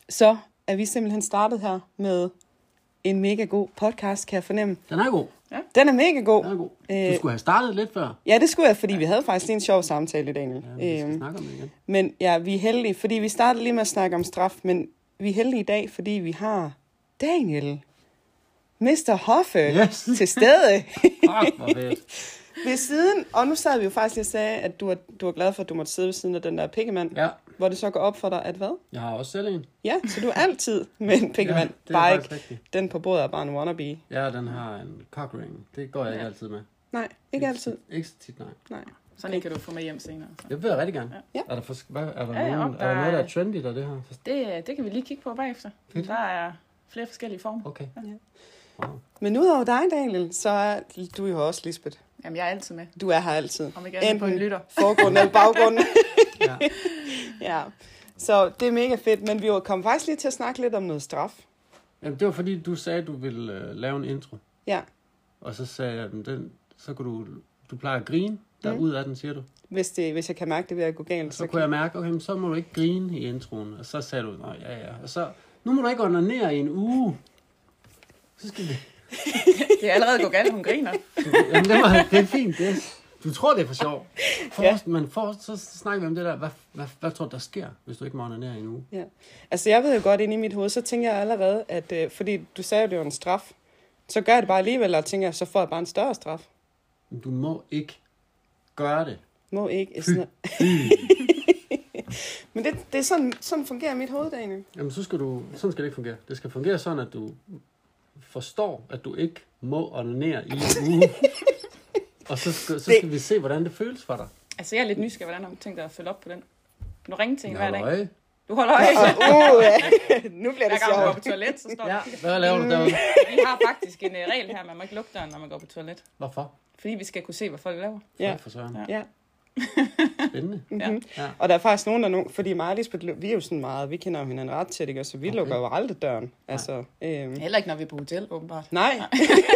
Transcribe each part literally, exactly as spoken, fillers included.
så er vi simpelthen startet her med en mega god podcast, kan jeg fornemme. Den er god. Ja. Den er mega god. Den er god. Du skulle have startet lidt før. Ja, det skulle jeg, fordi vi havde faktisk lige en sjov samtale i dag. Ja, vi skal øhm, snakke om det igen. Men ja, vi er heldige, fordi vi startede lige med at snakke om straf, men vi er heldige i dag, fordi vi har Daniel, mister Hoffe, yes. til stede. Åh, hvor fedt. Ved siden, og nu sad vi jo faktisk lige og sagde, at du var, du var glad for, at du måtte sidde ved siden af den der pikkemand. Ja. Hvor det så går op for dig, at hvad? Jeg har også selv en. Ja, så du er altid med en pikkemand. Ja, bare ikke rigtigt. Den på bordet er bare en wannabe. Ja, den har en cock ring. Det går jeg ja. ikke altid med. Nej, ikke, ikke altid. Ikke så tit, nej. Nej. Sådan en kan du få med hjem senere. Så. Det vil jeg rigtig gerne. Ja. Er der, for, hvad, er der, ja, ja, nogen, der er der noget, der er trendy der, det her? Det, det kan vi lige kigge på bagefter. Fedt. Der er flere forskellige former. Okay. Ja. Wow. Men udover dig, Daniel, så er du jo også Lisbeth. Jamen, jeg er altid med. Du er her altid. Om ikke andet på en lytter. Forgrunden eller baggrunden. ja. ja. Så det er mega fedt, men vi kom faktisk lige til at snakke lidt om noget straf. Jamen, det var fordi, du sagde, at du ville uh, lave en intro. Ja. Og så sagde jeg, den, så kunne du, du plejer at grine derud af den, siger du. Hvis, det, hvis jeg kan mærke det ved at gå galt. Så, så kunne kan... jeg mærke, okay, men så må du ikke grine i introen. Og så sagde du, nej, ja, ja. Og så, nu må du ikke onanere i en uge. Så skal vi... det er allerede gået galt, hun griner. Jamen, det, var, det er fint, det. Du tror, det er for sjov. Forrest, ja. Men for, så snakker vi om det der, hvad, hvad, hvad tror du, der sker, hvis du ikke må onanere i en uge? Ja. Altså, jeg ved jo godt, inde i mit hoved, så tænker jeg allerede, at øh, fordi du sagde, at det var en straf, så gør jeg det bare alligevel, og tænker, så får jeg bare en større straf. Du må ikke gøre det. Må ikke. Sådan... Men det, det er sådan, sådan fungerer mit hoved, Daniel. Jamen, så skal du, sådan skal det ikke fungere. Det skal fungere sådan, at du forstår, at du ikke må onanere i en uge. Og så skal, så skal det... vi se, hvordan det føles for dig. Altså, jeg er lidt nysgerrig, hvordan har du tænkt dig at følge op på den? Kan du ringe til en hver dag? Øje. Du holder øje. Uh, ja. Nu bliver det sjovt. Hver gang man går på toilet, så står ja. det. Hvad laver du derude? Vi har faktisk en uh, regel her, man må ikke lukke døren, når man går på toilet. Hvorfor? Fordi vi skal kunne se, hvad folk laver. Ja. For søren. Ja. ja. Spændende. Mm-hmm. Ja. Og der er faktisk nogen, der nu, fordi mig og Lisbeth, vi er jo sådan meget, vi kender jo hinanden ret tæt, ikke? Så vi okay. lukker jo aldrig døren. Altså, øhm... Heller ikke, når vi er på hotel, åbenbart. Nej. Nej.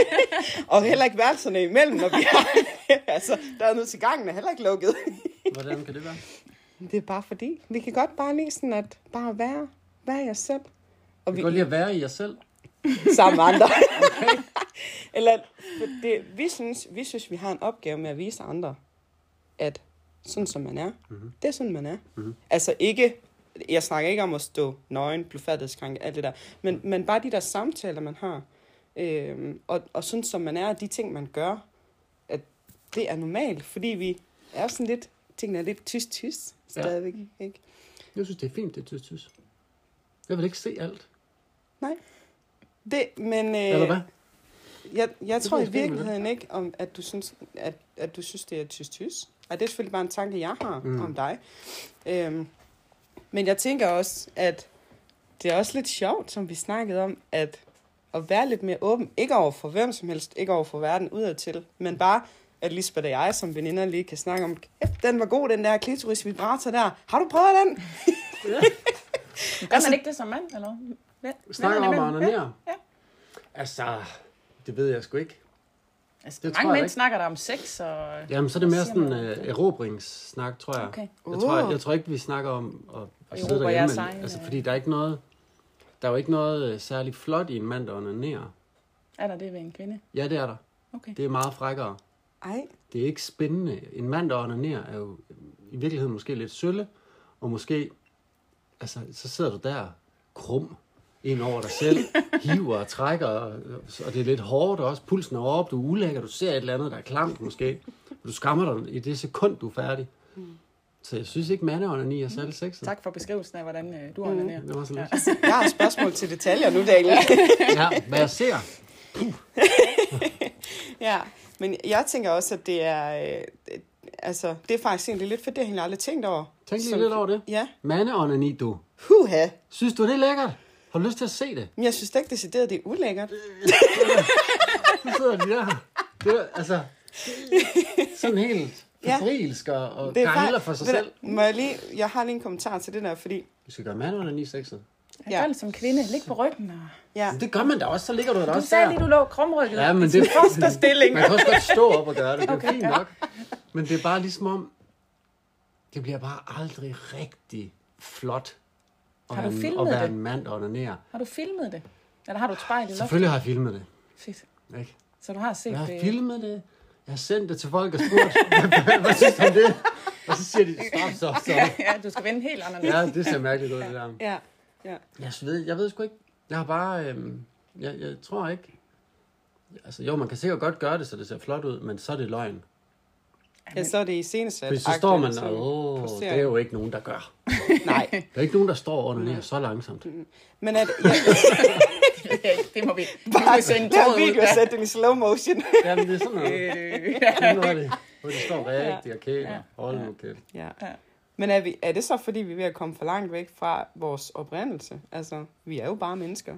Og heller ikke værelserne imellem, når vi har... altså, der er noget til gangen, er heller ikke lukket. Hvordan kan det være? Det er bare fordi, vi kan godt bare lige sådan at bare være, være jer selv. Og vi kan godt lide at være i jer selv. Sammen med andre. Okay. Eller, det, vi, synes, vi synes, vi har en opgave med at vise andre, at sådan som man er, mm-hmm. det er sådan man er. Mm-hmm. Altså ikke, jeg snakker ikke om at stå nøgen, blufærdighedskrænke, alt det der, men, men bare de der samtaler, man har, øhm, og, og sådan som man er, de ting, man gør, at det er normalt, fordi vi er sådan lidt, tingene er lidt tyst-tyst stadigvæk, ja. Ikke? Jeg synes, det er fint, det er tyst-tyst. Jeg vil ikke se alt. Nej. Det, men... Øh, Eller hvad? Jeg, jeg tror i virkeligheden ikke, om, at, du synes, at, at du synes, det er tyst-tyst. Og det er selvfølgelig bare en tanke, jeg har mm. om dig. Øhm, men jeg tænker også, at det er også lidt sjovt, som vi snakkede om, at, at være lidt mere åben. Ikke over for hvem som helst, ikke over for verden udadtil, men bare, at Lisbeth og jeg som veninder lige kan snakke om, den var god, den der klitoris vibrator der. Har du prøvet den? Ja. Gør altså, man ikke det som mand, eller hvad? Snakker om at onanere? Ja. ja. Altså, det ved jeg sgu ikke. Altså, det mange mænd snakker der om sex og... Jamen, så er det mere sådan en uh, erobringssnak, tror jeg. Okay. Jeg, tror, jeg, jeg tror ikke, vi snakker om at, at sidde derhjemme. Men, altså, fordi der er ikke noget... Der er jo ikke noget uh, særligt flot i en mand, der onanerer. Er der det ved en kvinde? Ja, det er der. Okay. Det er meget frækkere. Ej. Det er ikke spændende. En mand, der onanerer, er jo i virkeligheden måske lidt sølle, og måske... Altså, så sidder du der krum ind over dig selv, hiver og trækker, og, og det er lidt hårdt også. Pulsen er op, du er ulækker, du ser et eller andet, der er klamt måske. Du skammer dig i det sekund, du er færdig. Mm. Så jeg synes ikke, mandeonani er særlig sexet. Tak for beskrivelsen af, hvordan øh, du onanerer. Mm, det var så ja. Altså, jeg har et spørgsmål til detaljer nu, Daniel. Ja, hvad jeg ser. Ja, men jeg tænker også, at det er... Øh, altså, det er faktisk egentlig lidt for det, jeg har aldrig tænkt over. Tænk lige Som, lidt over det. Ja. Mandeonani, du. Huha. Synes du, det er lækkert? Har du lyst til at se det? Men jeg synes ikke, decideret, det er ulækkert. Nu sidder de der. Det er, altså, sådan helt febrilsk og, og gangler for sig selv. Må jeg, lige, jeg har lige en kommentar til det der, fordi... Du skal gøre mandeonani sexet. Jeg gør det som kvinde. Lig på ryggen. Og... Ja. Men det gør man da også, så ligger du da du også Du sagde der. lige, du lå krumrykket. Ja, men det er første stilling. Man kan også godt stå op og gøre det. Det er okay, fint nok. Men det er bare ligesom om, det bliver bare aldrig rigtig flot. at Har være, du en, filmet at være det? en mand, der onanerer. Har du filmet det? Eller har du et spejl i loftet? Selvfølgelig har jeg filmet det. Fedt. Ikke? Så du har set Jeg har det? filmet det. Jeg har sendt det til folk og spurgt, hvad, hvad synes du om det? Og så siger de, stop, stop, stop. Ja, du skal vende helt anderledes. Ja, det ser mærkeligt ud, det der. Ja, ja. Jeg ved, jeg ved sgu ikke. Jeg har bare, øhm, jeg, jeg tror ikke. Altså jo, man kan sikkert godt gøre det, så det ser flot ud, men så er det løgn. Ja, så er det i scenesat. Fordi så står man, åh, det er jo ikke nogen, der gør. Nej. Der er ikke nogen, der står under ned så langsomt. Men at, ja, Det må vi. bare vi sende lave toget en ud, video og ja. sætte den i slow motion. Jamen, det er sådan noget. Øh, Det er noget af det, hvor de står rigtigt og kæler. Hold nu kæft. Ja. Ja. Men er, vi, er det så, fordi vi er ved at komme for langt væk fra vores oprindelse? Altså, vi er jo bare mennesker.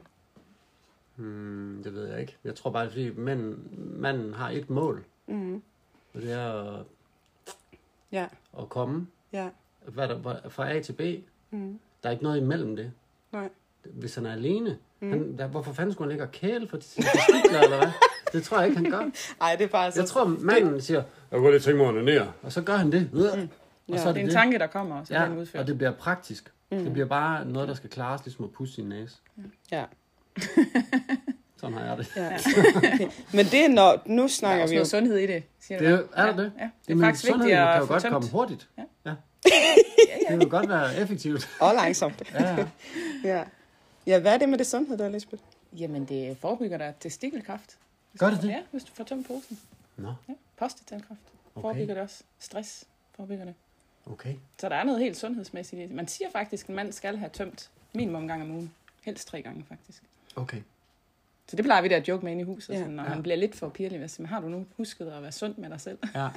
Hmm, det ved jeg ikke. Jeg tror bare, det er fordi manden, manden har et mål. Mm. Og det er at, Ja, at komme ja. hvad der, fra A til B. Mm. Der er ikke noget imellem det. Nej. Hvis han er alene. Mm. Han, der, hvorfor fanden skulle han ligge og kæle for sine testikler, eller hvad? Det tror jeg ikke, han gør. Ej, det er bare så... Jeg tror, manden siger, jeg kunne lige tænke mig at onanere. Og så gør han det. Mm. Og Ja. så er Det det er en det. tanke, der kommer, og så Ja, bliver den udført. og det bliver praktisk. Mm. Det bliver bare noget, der skal klares, ligesom at pusse sin næse. Ja. Sådan har jeg det. Ja. Okay. Men det er når... Nu Der er snakker også vi jo... noget sundhed i det, siger Det er, du. er der det? Ja, det er Jamen, faktisk vigtigt sundheden kan at jo få godt tømt. komme hurtigt. Ja. Ja. Ja, ja. Det kan godt være effektivt. Og langsomt. Ja, ja. Ja. Ja, hvad er det med det sundhed der, Lisbeth? Jamen, det forebygger dig testikelkræft. Hvis Gør du- det det? Ja, hvis du får tømt posen. Nå, Ja, prostatakræft. Forebygger det også. Stress forebygger det. okay. Så der er noget helt sundhedsmæssigt i det. Man siger faktisk, at en mand skal have tømt minimum en gang om ugen. Helst tre gange, faktisk. Okay. Så det plejer vi da at joke med inde i huset, Ja. ja. når Ja. han bliver lidt for pirlig. Hvad siger, har du nu husket at være sund med dig selv? Ja.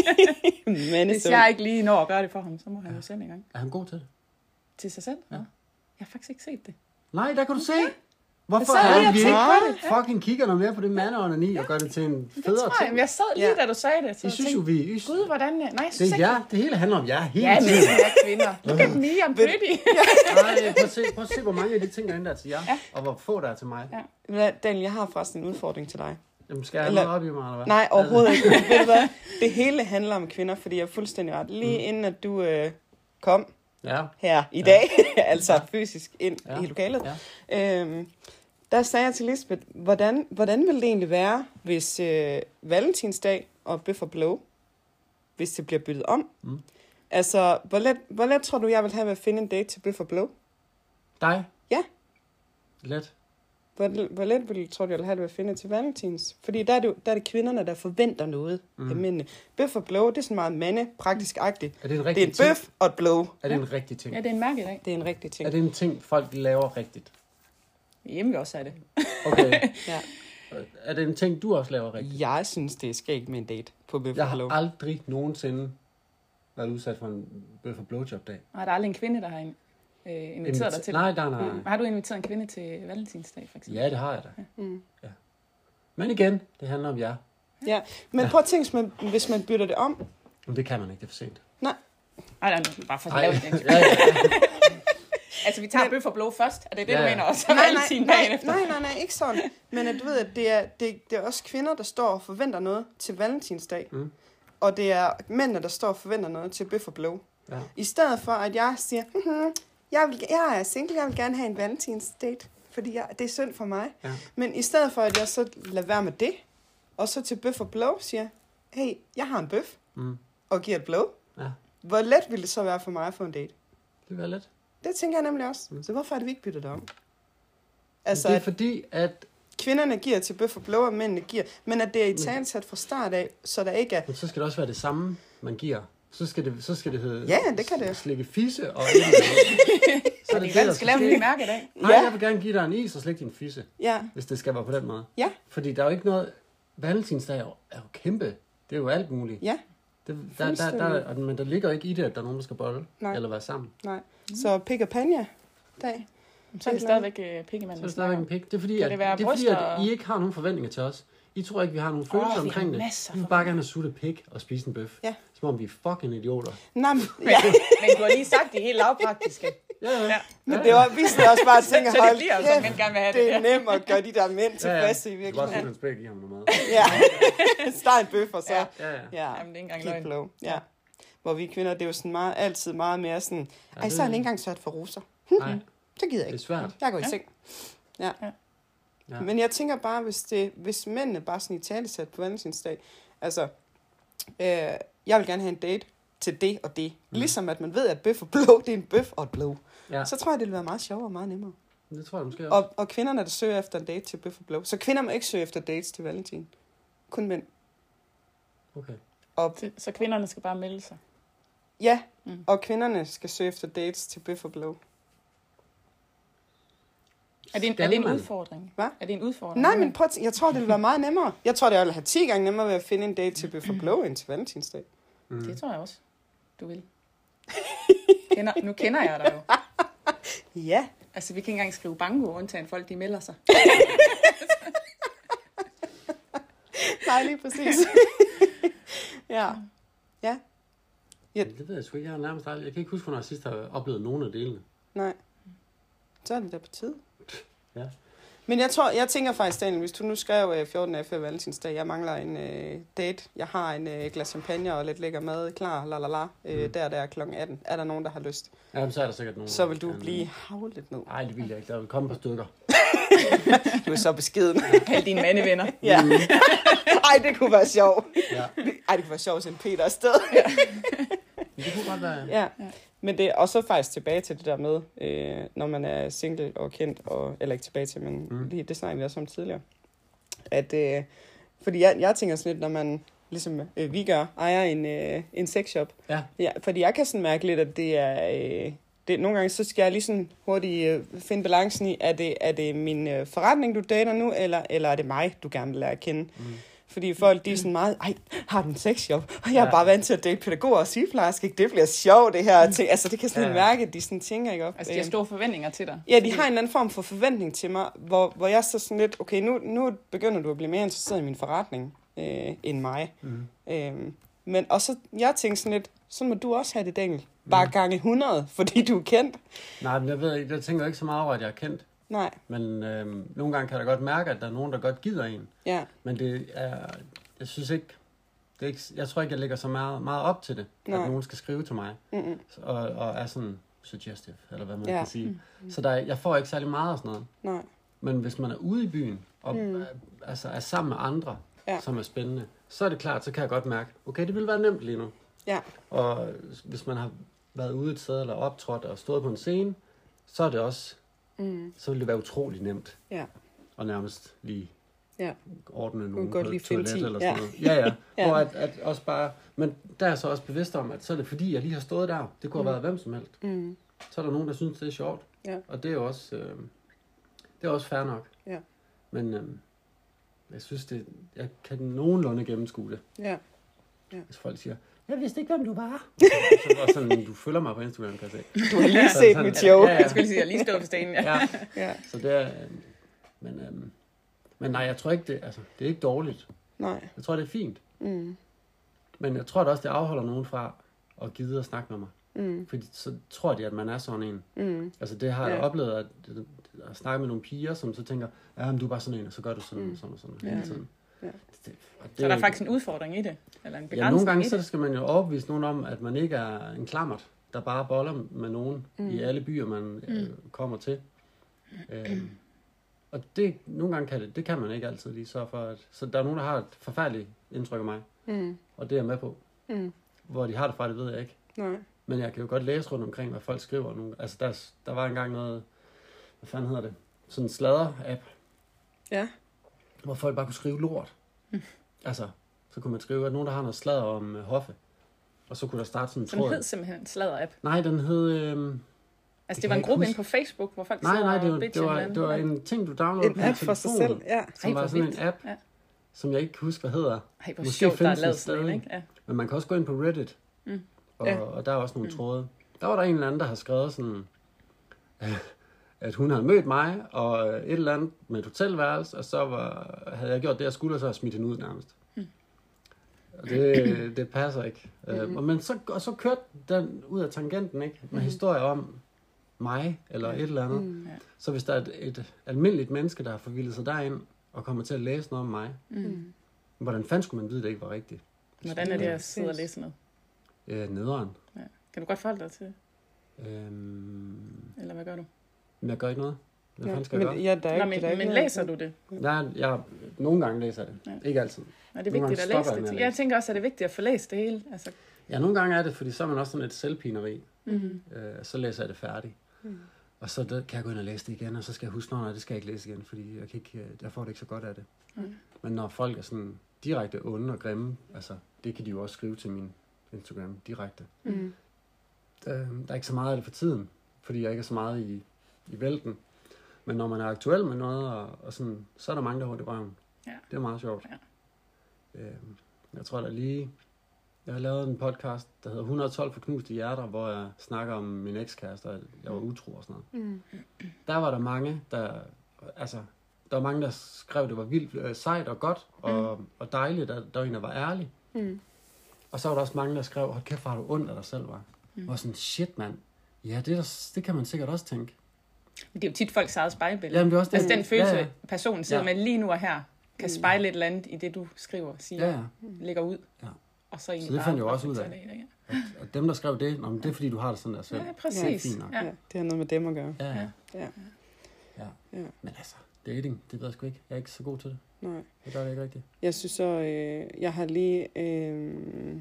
Men Hvis jeg ikke lige når at gøre det for ham, så må han jo selv i gang. Er han god til det? Til sig selv? Ja. Ja. Jeg har faktisk ikke set det. Nej, der kan du se. Hvorfor Jeg sad lige er og vi tænkte på ikke fucking kigger noget mere på det mandeonani og gør det til en Det federe tror jeg. ting? Men jeg sad lige, Ja. da du sagde det. Så I jeg synes jo, tænkte, vi... I, Gud, hvordan... Nej, jeg det synes er ikke... jer. Det hele handler om jer hele Ja, men tiden. det er kvinder. Look at me, I'm pretty. Nej, prøv at, se, prøv at se, hvor mange af de ting, der er der er til jer, Ja. og hvor få der er til mig. Ja. Hvad- Daniel, jeg har forresten en udfordring til dig. Jamen, skal jeg have Eller- noget op i mig, eller hvad? Nej, overhovedet ikke. Men ved du hvad? Det hele handler om kvinder, fordi jeg er fuldstændig ret. Lige Mm. inden at du øh, kom Ja, her i dag, altså fysisk ind Ja. i lokalet, ja. øhm, der sagde jeg til Lisbeth, hvordan, hvordan ville det egentlig være, hvis øh, valentinsdag og bøf og blow, hvis det bliver byttet om? Mm. Altså, hvor let, hvor let tror du, jeg vil have med at finde en date til bøf og blow? Dig? Ja. Let. Hvor, hvor let vil, tror du, jeg vil have det med at finde til valentins? Fordi der er det, jo- der er det kvinderne, der forventer noget Mm. af mændene. Bøf og blow, det er sådan meget mande, praktisk-agtigt. Er det en Det rigtig er en ting? bøf og et blow. Er det en rigtig ting? Ja, det er en mærke i dag. Det er en rigtig ting. Er det en ting, folk laver rigtigt? Hjemme vi også er det. Okay. Ja. Er det en ting, du også laver rigtigt? Jeg synes, det er skægt med en date på bøf Jeg og blow. har aldrig nogensinde været udsat for en bøf og blowjob-dag. Nej, der er aldrig en kvinde, der har en, øh, inviteret dig til Nej, nej, nej. det. Har du inviteret en kvinde til valentinsdag, for eksempel? Ja, det har jeg da. Mm. Men igen, det handler om jer. Ja, men prøv at tænke, hvis man, hvis man bytter det om. Men det kan man ikke, det er for sent. Nej, nej, nej, bare for at Ej, lave det. ja, ja, ja. Altså, vi tager bøf og blå først. Er det det, Ja, du ja. mener også? Nej, nej, Valentin nej, dagen efter. nej, nej, nej, ikke sådan. Men at du ved, at det er, det, det er også kvinder, der står og forventer noget til valentinsdag. Mm. Og det er mændene, der står og forventer noget til bøf og blow. Ja. I stedet for, at jeg siger, mm-hmm, jeg, vil, jeg er single, jeg vil gerne have en valentinsdate, fordi jeg, det er synd for mig. Ja. Men i stedet for, at jeg så lader være med det, og så til bøf og blow siger, hey, jeg har en bøf, Mm. og giver et blow. Ja. Hvor let ville det så være for mig at få en date? Det vil være let. Det tænker jeg nemlig også. Mm. Så hvorfor er det, vi ikke bytter det om? Altså, Altså, det er at fordi, at kvinderne giver til bøf og blow, og mændene giver. Men at det er i talsat fra start af, så der ikke er... men så skal det også være det samme, man giver. Så skal det, så skal det hedde... Ja, det kan det. Slikke fisse og... så er Det er hvad, du skal lave en ny mærke i dag. Nej, Ja. jeg vil gerne give dig en is og slikke din fisse, Ja, hvis det skal være på den måde. ja, Fordi der er jo ikke noget... Valentinsdag er jo, er jo kæmpe. Det er jo alt muligt. ja, Det, der, der, der, der, og- men der ligger ikke i det, at der er nogen, der skal bolle. Nej. Eller være sammen. nej. Så pik og panja dag. Så er det stadigvæk uh, Så er pikkemanden, det stadigvæk en pik. Det er fordi, Kan at, det være det er fordi bryster at og- I ikke har nogen forventninger til os. I tror ikke, vi har nogen følelser vi har omkring det. masser Vi vil bare gerne have suttet pik og spise en bøf. Ja. Som om vi er fucking idioter. Nej, men, ja, Men du har lige sagt det helt lavpraktiske. Ja, ja. Ja. men det var, vi sidder også bare og tænker, Så det hold bliver jo, som mænd gerne vil have det. det er nemt at gøre de der mænd tilfredse i Du bare virkeligheden. sutte en spæk i ham noget mad. Ja, steg en bøf og så. Ja. Ja, ja. Ja, Jamen, det er ikke engang keep løgn. blow. Ja. Hvor vi kvinder, det er jo sådan meget, altid meget mere sådan, ej, så er han ikke engang sat for roser. Nej. så gider jeg Det er ikke. svært. Jeg går i Ja. seng. Ja. Ja. Ja. Men jeg tænker bare, hvis, det, hvis mændene bare sådan i talesæt på valentinsdag, altså, øh, jeg vil gerne have en date til det og det. Mm. Ligesom at man ved, at bøf og blå, det er en bøf og et blå. Ja, Så tror jeg, det vil være meget sjovere og meget nemmere. det tror jeg måske også. Og, og kvinderne, der søger efter en date til bøf og blå. Så kvinder må ikke søge efter dates til valentin. Kun mænd. Okay. Og, Så, så kvinderne skal bare melde sig. ja, Mm. og kvinderne skal søge efter dates til bøf og blå. Er det en, Skal er det en man? udfordring? Hvad? Er det en udfordring? Nej, men prøv at, tæ- jeg tror, det vil være meget nemmere. Jeg tror, det vil have ti gange nemmere ved at finde en date til bøf og blå end til valentinsdag. Mm. Det tror jeg også, du vil. Kender, nu kender jeg dig jo. Ja. Altså, vi kan ikke engang skrive banko, undtagen folk, de melder sig. Nej, lige præcis. ja. Ja. Ja. Det ved jeg sgu ikke. Jeg har nærmest aldrig... Jeg kan ikke huske, hvornår jeg sidst har oplevet nogen af delene. Nej. Så er det da på tide. Ja. Men jeg tror, jeg tænker faktisk, Daniel, hvis du nu skrev øh, fjorten dage før valentinsdag, jeg mangler en øh, date, jeg har en øh, glas champagne og lidt lækker mad klar, la la la, øh, Mm. der der klokken atten. Er der nogen, der har lyst? Jamen, så er der sikkert nogen. Så vil du der kan- blive havlet ned. Nej, det vil jeg ikke. Der vil komme på stykker. Du er så beskeden. Alle dine mandevenner. ja. Ej, det kunne være sjovt. Ja. Ej, det kunne være sjovt at sende Peter afsted. Men det kunne godt være... Ja. Men det, og så faktisk tilbage til det der med, øh, når man er single og kendt, og, eller ikke tilbage til, men Mm. lige, det snakkede vi også om tidligere. At, øh, fordi jeg, jeg tænker sådan lidt, når man, ligesom øh, vi gør, ejer en, øh, en sexshop. Ja. Ja, fordi jeg kan sådan mærke lidt, at det er... Øh, det, nogle gange så skal jeg lige sådan hurtigt øh, finde balancen i, er det, er det min øh, forretning, du dater nu, eller, eller er det mig, du gerne vil lære at kende? Mm. Fordi folk, de er sådan meget, ej, har den sexjob? Og jeg er Ja. bare vant til at date pædagoger og sygeplejersker. Ikke? Det bliver sjovt, det her. Ting. Altså, det kan sådan Ja. ja. mærke, at de sådan tænker, ikke op? Altså, de har Øhm, store forventninger til dig. Ja, de har en eller anden form for forventning til mig, hvor, hvor jeg så sådan lidt, okay, nu, nu begynder du at blive mere interesseret i min forretning, øh, end mig. Mm. Øhm, men, og så, jeg tænkte sådan lidt, sådan må du også have det, Daniel. Bare Mm. gange hundrede, fordi du er kendt. Nej, men jeg ved ikke, jeg tænker ikke så meget over, at jeg er kendt. Nej, Men øhm, nogle gange kan jeg da godt mærke, at der er nogen, der godt gider en. ja, Men det er... Jeg synes ikke... Det er ikke jeg tror ikke, jeg lægger så meget, meget op til det, Nej. at nogen skal skrive til mig. mm-mm. Og, og er sådan suggestive, eller hvad man Ja. kan sige. Så der, er- jeg får ikke særlig meget og sådan noget. Nej, Men hvis man er ude i byen, og Mm. mm. altså er sammen med andre, Ja. ja. som er spændende, så er det klart, så kan jeg godt mærke, okay, det vil være nemt lige nu. ja, Og hvis man har været ude et sted, eller optrådt og stået på en scene, så er det også, mm. så vil det være utrolig nemt. Ja. Og nærmest lige Ja. ordne kan nogen godt på lige et finde toilet ti. eller Ja. sådan noget. Ja, ja. Ja. Hvor at, at også bare, men der er jeg så også bevidst om, at så er det fordi, jeg lige har stået der. Det kunne have været hvem som helst. Mm. Så er der nogen, der synes, det er sjovt. Ja. Og det er jo også, øh, det er også fair nok. Ja. Men øh, jeg synes, det, jeg kan nogenlunde gennemskue det. Ja. Hvis folk siger, jeg vidste ikke, hvem du var. så, så var sådan, du følger mig på Instagram, kan jeg se. Du har lige Så set sådan- mit show. Ja, Jeg ja. skulle lige sige, at jeg lige stod på stenen, ja. ja. Ja. Så det er, øh, men, øh, men nej, jeg tror ikke, det, altså, det er ikke dårligt. Nej. Jeg tror, det er fint. Mm. Men jeg tror da også, det afholder nogen fra at gide at snakke med mig. Mm. Fordi så tror de, at man er sådan en. Mm. Altså det har jeg Ja. oplevet, at, at snakke med nogle piger, som så tænker, ja, men du er bare sådan en, og så gør du sådan Mm. og sådan og sådan Ja. hele tiden. Ja. Det, og det, Så der er faktisk en udfordring i det. Eller en Ja, begrænsning nogle gange i så det. skal man jo overbevise nogen om, at man ikke er en klammert, der bare boller med nogen Mm. i alle byer, man øh, kommer til. Øhm, og det, nogle gange kan det, det kan man ikke altid lige så for, at, så der er nogen, der har et forfærdeligt indtryk af mig, Mm. og det er jeg med på. Mm. Hvor de har det fra, det ved jeg ikke. Nej. Men jeg kan jo godt læse rundt omkring, hvad folk skriver nu. Altså, der, der var engang noget, hvad fanden hedder det? Sådan en sladder-app, Ja. hvor folk bare kunne skrive lort. Mm. Altså, så kunne man skrive, at nogen, der har noget sladder om uh, hoffe. Og så kunne der starte sådan en Så den tråd. hed simpelthen Sladder-app. Nej, den hed... Øhm... Altså, Det det var kan en jeg gruppe ikke inde på Facebook, hvor folk Nej, sidder nej, det og var, bitcher det var, hinanden. det var en ting, du downloadede En på din app for sig telefon, selv. Ja. som Ej, var hvor sådan en vildt. app, Ja. som jeg ikke kan huske, hvad hedder. Ej, hvor Måske sjovt, der er findes den lavet sådan en, stadig. ikke? Ja. Men man kan også gå ind på Reddit. Mm. Og, Ja. og der er også nogle Mm. tråde. Der var der en eller anden, der har skrevet sådan, at hun havde mødt mig, og et eller andet med et hotelværelse, og så var, havde jeg gjort det, jeg skulle, og så havde jeg smidt hende ud nærmest. Mm. Og det, det passer ikke. Mm-hmm. Uh, men så, og så kørte den ud af tangenten, ikke? Med Mhm. historier om mig, eller et eller andet. Mm. Ja. Så hvis der er et, et almindeligt menneske, der har forvildet sig derind, og kommer til at læse noget om mig, Mm. hvordan fanden skulle man vide, at det ikke var rigtigt? Hvordan er det at sidde og læse noget? Øh, nederen. Ja. Kan du godt forholde dig til det? Øhm, Eller hvad gør du? Men jeg gør ikke noget. Hvad Ja, fanden skal jeg men, gøre? ja, der er Nå, ikke, men, der er ikke men noget- læser du det? Jeg, jeg, nogle gange læser jeg det. Ja. Ikke altid. Er det Nogle vigtigt at gange læse stopper jeg det? med at Jeg tænker også, at det er vigtigt at få læst det hele. Altså, Ja, nogle gange er det, fordi så er man også sådan lidt selvpineri. mm-hmm. Øh, så læser jeg det færdigt. Mm. Og så der, kan jeg gå ind og læse det igen, og så skal jeg huske, nej, det skal jeg ikke læse igen, fordi jeg, kan ikke, øh, jeg får det ikke så godt af det. Mm. Men når folk er sådan direkte onde og grimme, altså det kan de jo også skrive til min Instagram direkte. Mm. Øh, der er ikke så meget af det for tiden, fordi jeg ikke er så meget i, i vælten. Men når man er aktuel med noget, og, og sådan, så er der mange, der har det i røven. Ja. Det er meget sjovt. Ja. Øh, jeg tror, der lige... Jeg har lavet en podcast, der hedder et hundrede og tolv forknuste hjerter, hvor jeg snakker om min ekskæreste, og jeg var utro og sådan noget. Mm. Der var der mange, der... Altså, der var mange, der skrev, det var vildt øh, sejt og godt og, mm. og dejligt, at der var en, der var ærlig. Mm. Og så var der også mange, der skrev, hold kæft, hvor har du ondt af dig selv, var. Mm. Og sådan, shit, mand. Ja, det, der, det kan man sikkert også tænke. Men det er jo tit folks eget spejlbillede. Jamen, det er også det. Altså den følelse, Ja, ja. personen sidder Ja. med lige nu og her, kan spejle et eller andet i det, du skriver, siger, Ja, ja. lægger ud. Ja. Og så, egentlig Så det bare fandt jeg jo også ud af. reflektere det, ja. Og dem, der skrev det, nå, men det er fordi, du har det sådan der selv. Ja, præcis. Det er fint nok. Ja. Ja, det har noget med dem at gøre. Ja, ja. Ja. Ja. ja. Ja. Men altså, dating, det ved jeg sgu ikke. Jeg er ikke så god til det. Nej. Jeg gør det ikke rigtigt. Jeg synes så, øh, jeg har lige... Øh,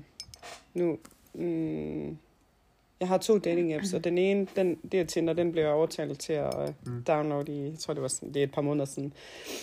nu... Mm, jeg har to dating apps, og den ene, den, det er Tinder, den blev jeg overtalt til at øh, Mm. downloade i, jeg tror det var sådan, det er et par måneder siden.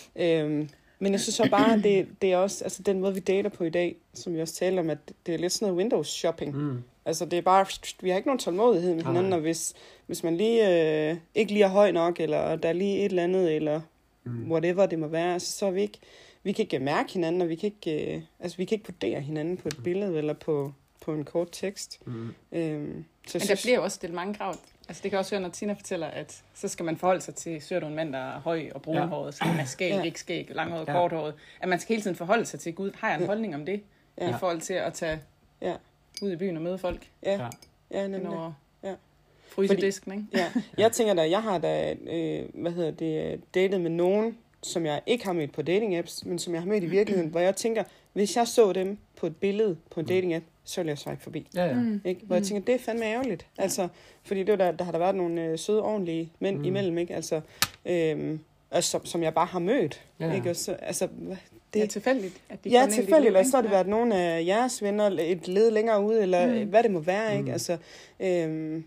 Øhm, men jeg synes så bare, det, det er også, altså den måde vi dater på i dag, som vi også taler om, at det er lidt sådan noget Windows shopping. Mm. Altså det er bare, vi har ikke nogen tålmodighed med Nej. hinanden, og hvis, hvis man lige øh, ikke lige er høj nok, eller der er lige et eller andet, eller Mm. whatever det må være, altså, så er vi ikke, vi kan ikke mærke hinanden, og vi kan ikke, øh, altså vi kan ikke vurdere hinanden på et billede, eller på, på en kort tekst. Mm. Øhm, så Men der bliver jo også stillet mange krav. Altså det kan også høre, når Tina fortæller, at så skal man forholde sig til, søger du en mand, der er høj og brunhåret, skal man have skæg, Ja. ikke skæg, langhåret, Ja. korthåret. At man skal hele tiden forholde sig til, gud, har jeg en Ja. holdning om det? Ja. I forhold til at tage Ja. ud i byen og møde folk. Ja, Ja. ja, Hen nemlig. over Ja. frysedisken, ikke? Ja, jeg tænker da, jeg har da, øh, hvad hedder det, datet med nogen, som jeg ikke har mødt på dating apps, men som jeg har mødt i virkeligheden, hvor jeg tænker, hvis jeg så dem på et billede på en dating app, så ville jeg swipe forbi. Ja, ja. Mm. Ikke? Hvor jeg tænker, det er fandme ærgerligt. Altså, fordi det var der, der har der været nogle øh, søde, ordentlige mænd Mm. mm. imellem, ikke? Altså, øhm, altså, som, som jeg bare har mødt. Ja. Ikke? Og så, altså, hvad- Det er det, tilfældigt. At de ja, kommer ind i dit tilfældigt, liv, eller ikke? så har det Ja. været nogle af jeres venner, et led længere ude, eller Mm. mm. hvad det må være, ikke? Mm. Altså, øhm,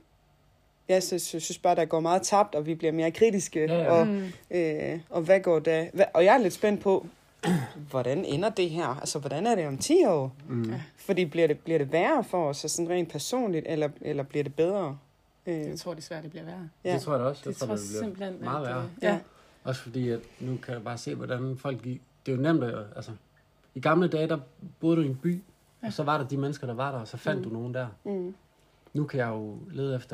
ja, så, så jeg synes bare, der går meget tabt, og vi bliver mere kritiske, Ja, ja. og, Mm. øh, og hvad går der? Hvad, og jeg er lidt spændt på, hvordan ender det her? Altså, hvordan er det om ti år? Mm. Fordi bliver det, bliver det værre for os, altså sådan rent personligt, eller, eller bliver det bedre? Øh, Jeg tror desværre, det bliver værre. ja. Det tror jeg da også. Det Jeg tror, tror det bliver simpelthen, meget at, værre. øh, Ja. Ja. Også fordi, at nu kan jeg bare se, hvordan folk gik. Det er jo nemt, at, altså, i gamle dage, der boede du i en by, Ja. og så var der de mennesker, der var der, og så fandt Mm. du nogen der. Mm. Nu kan jeg jo lede efter,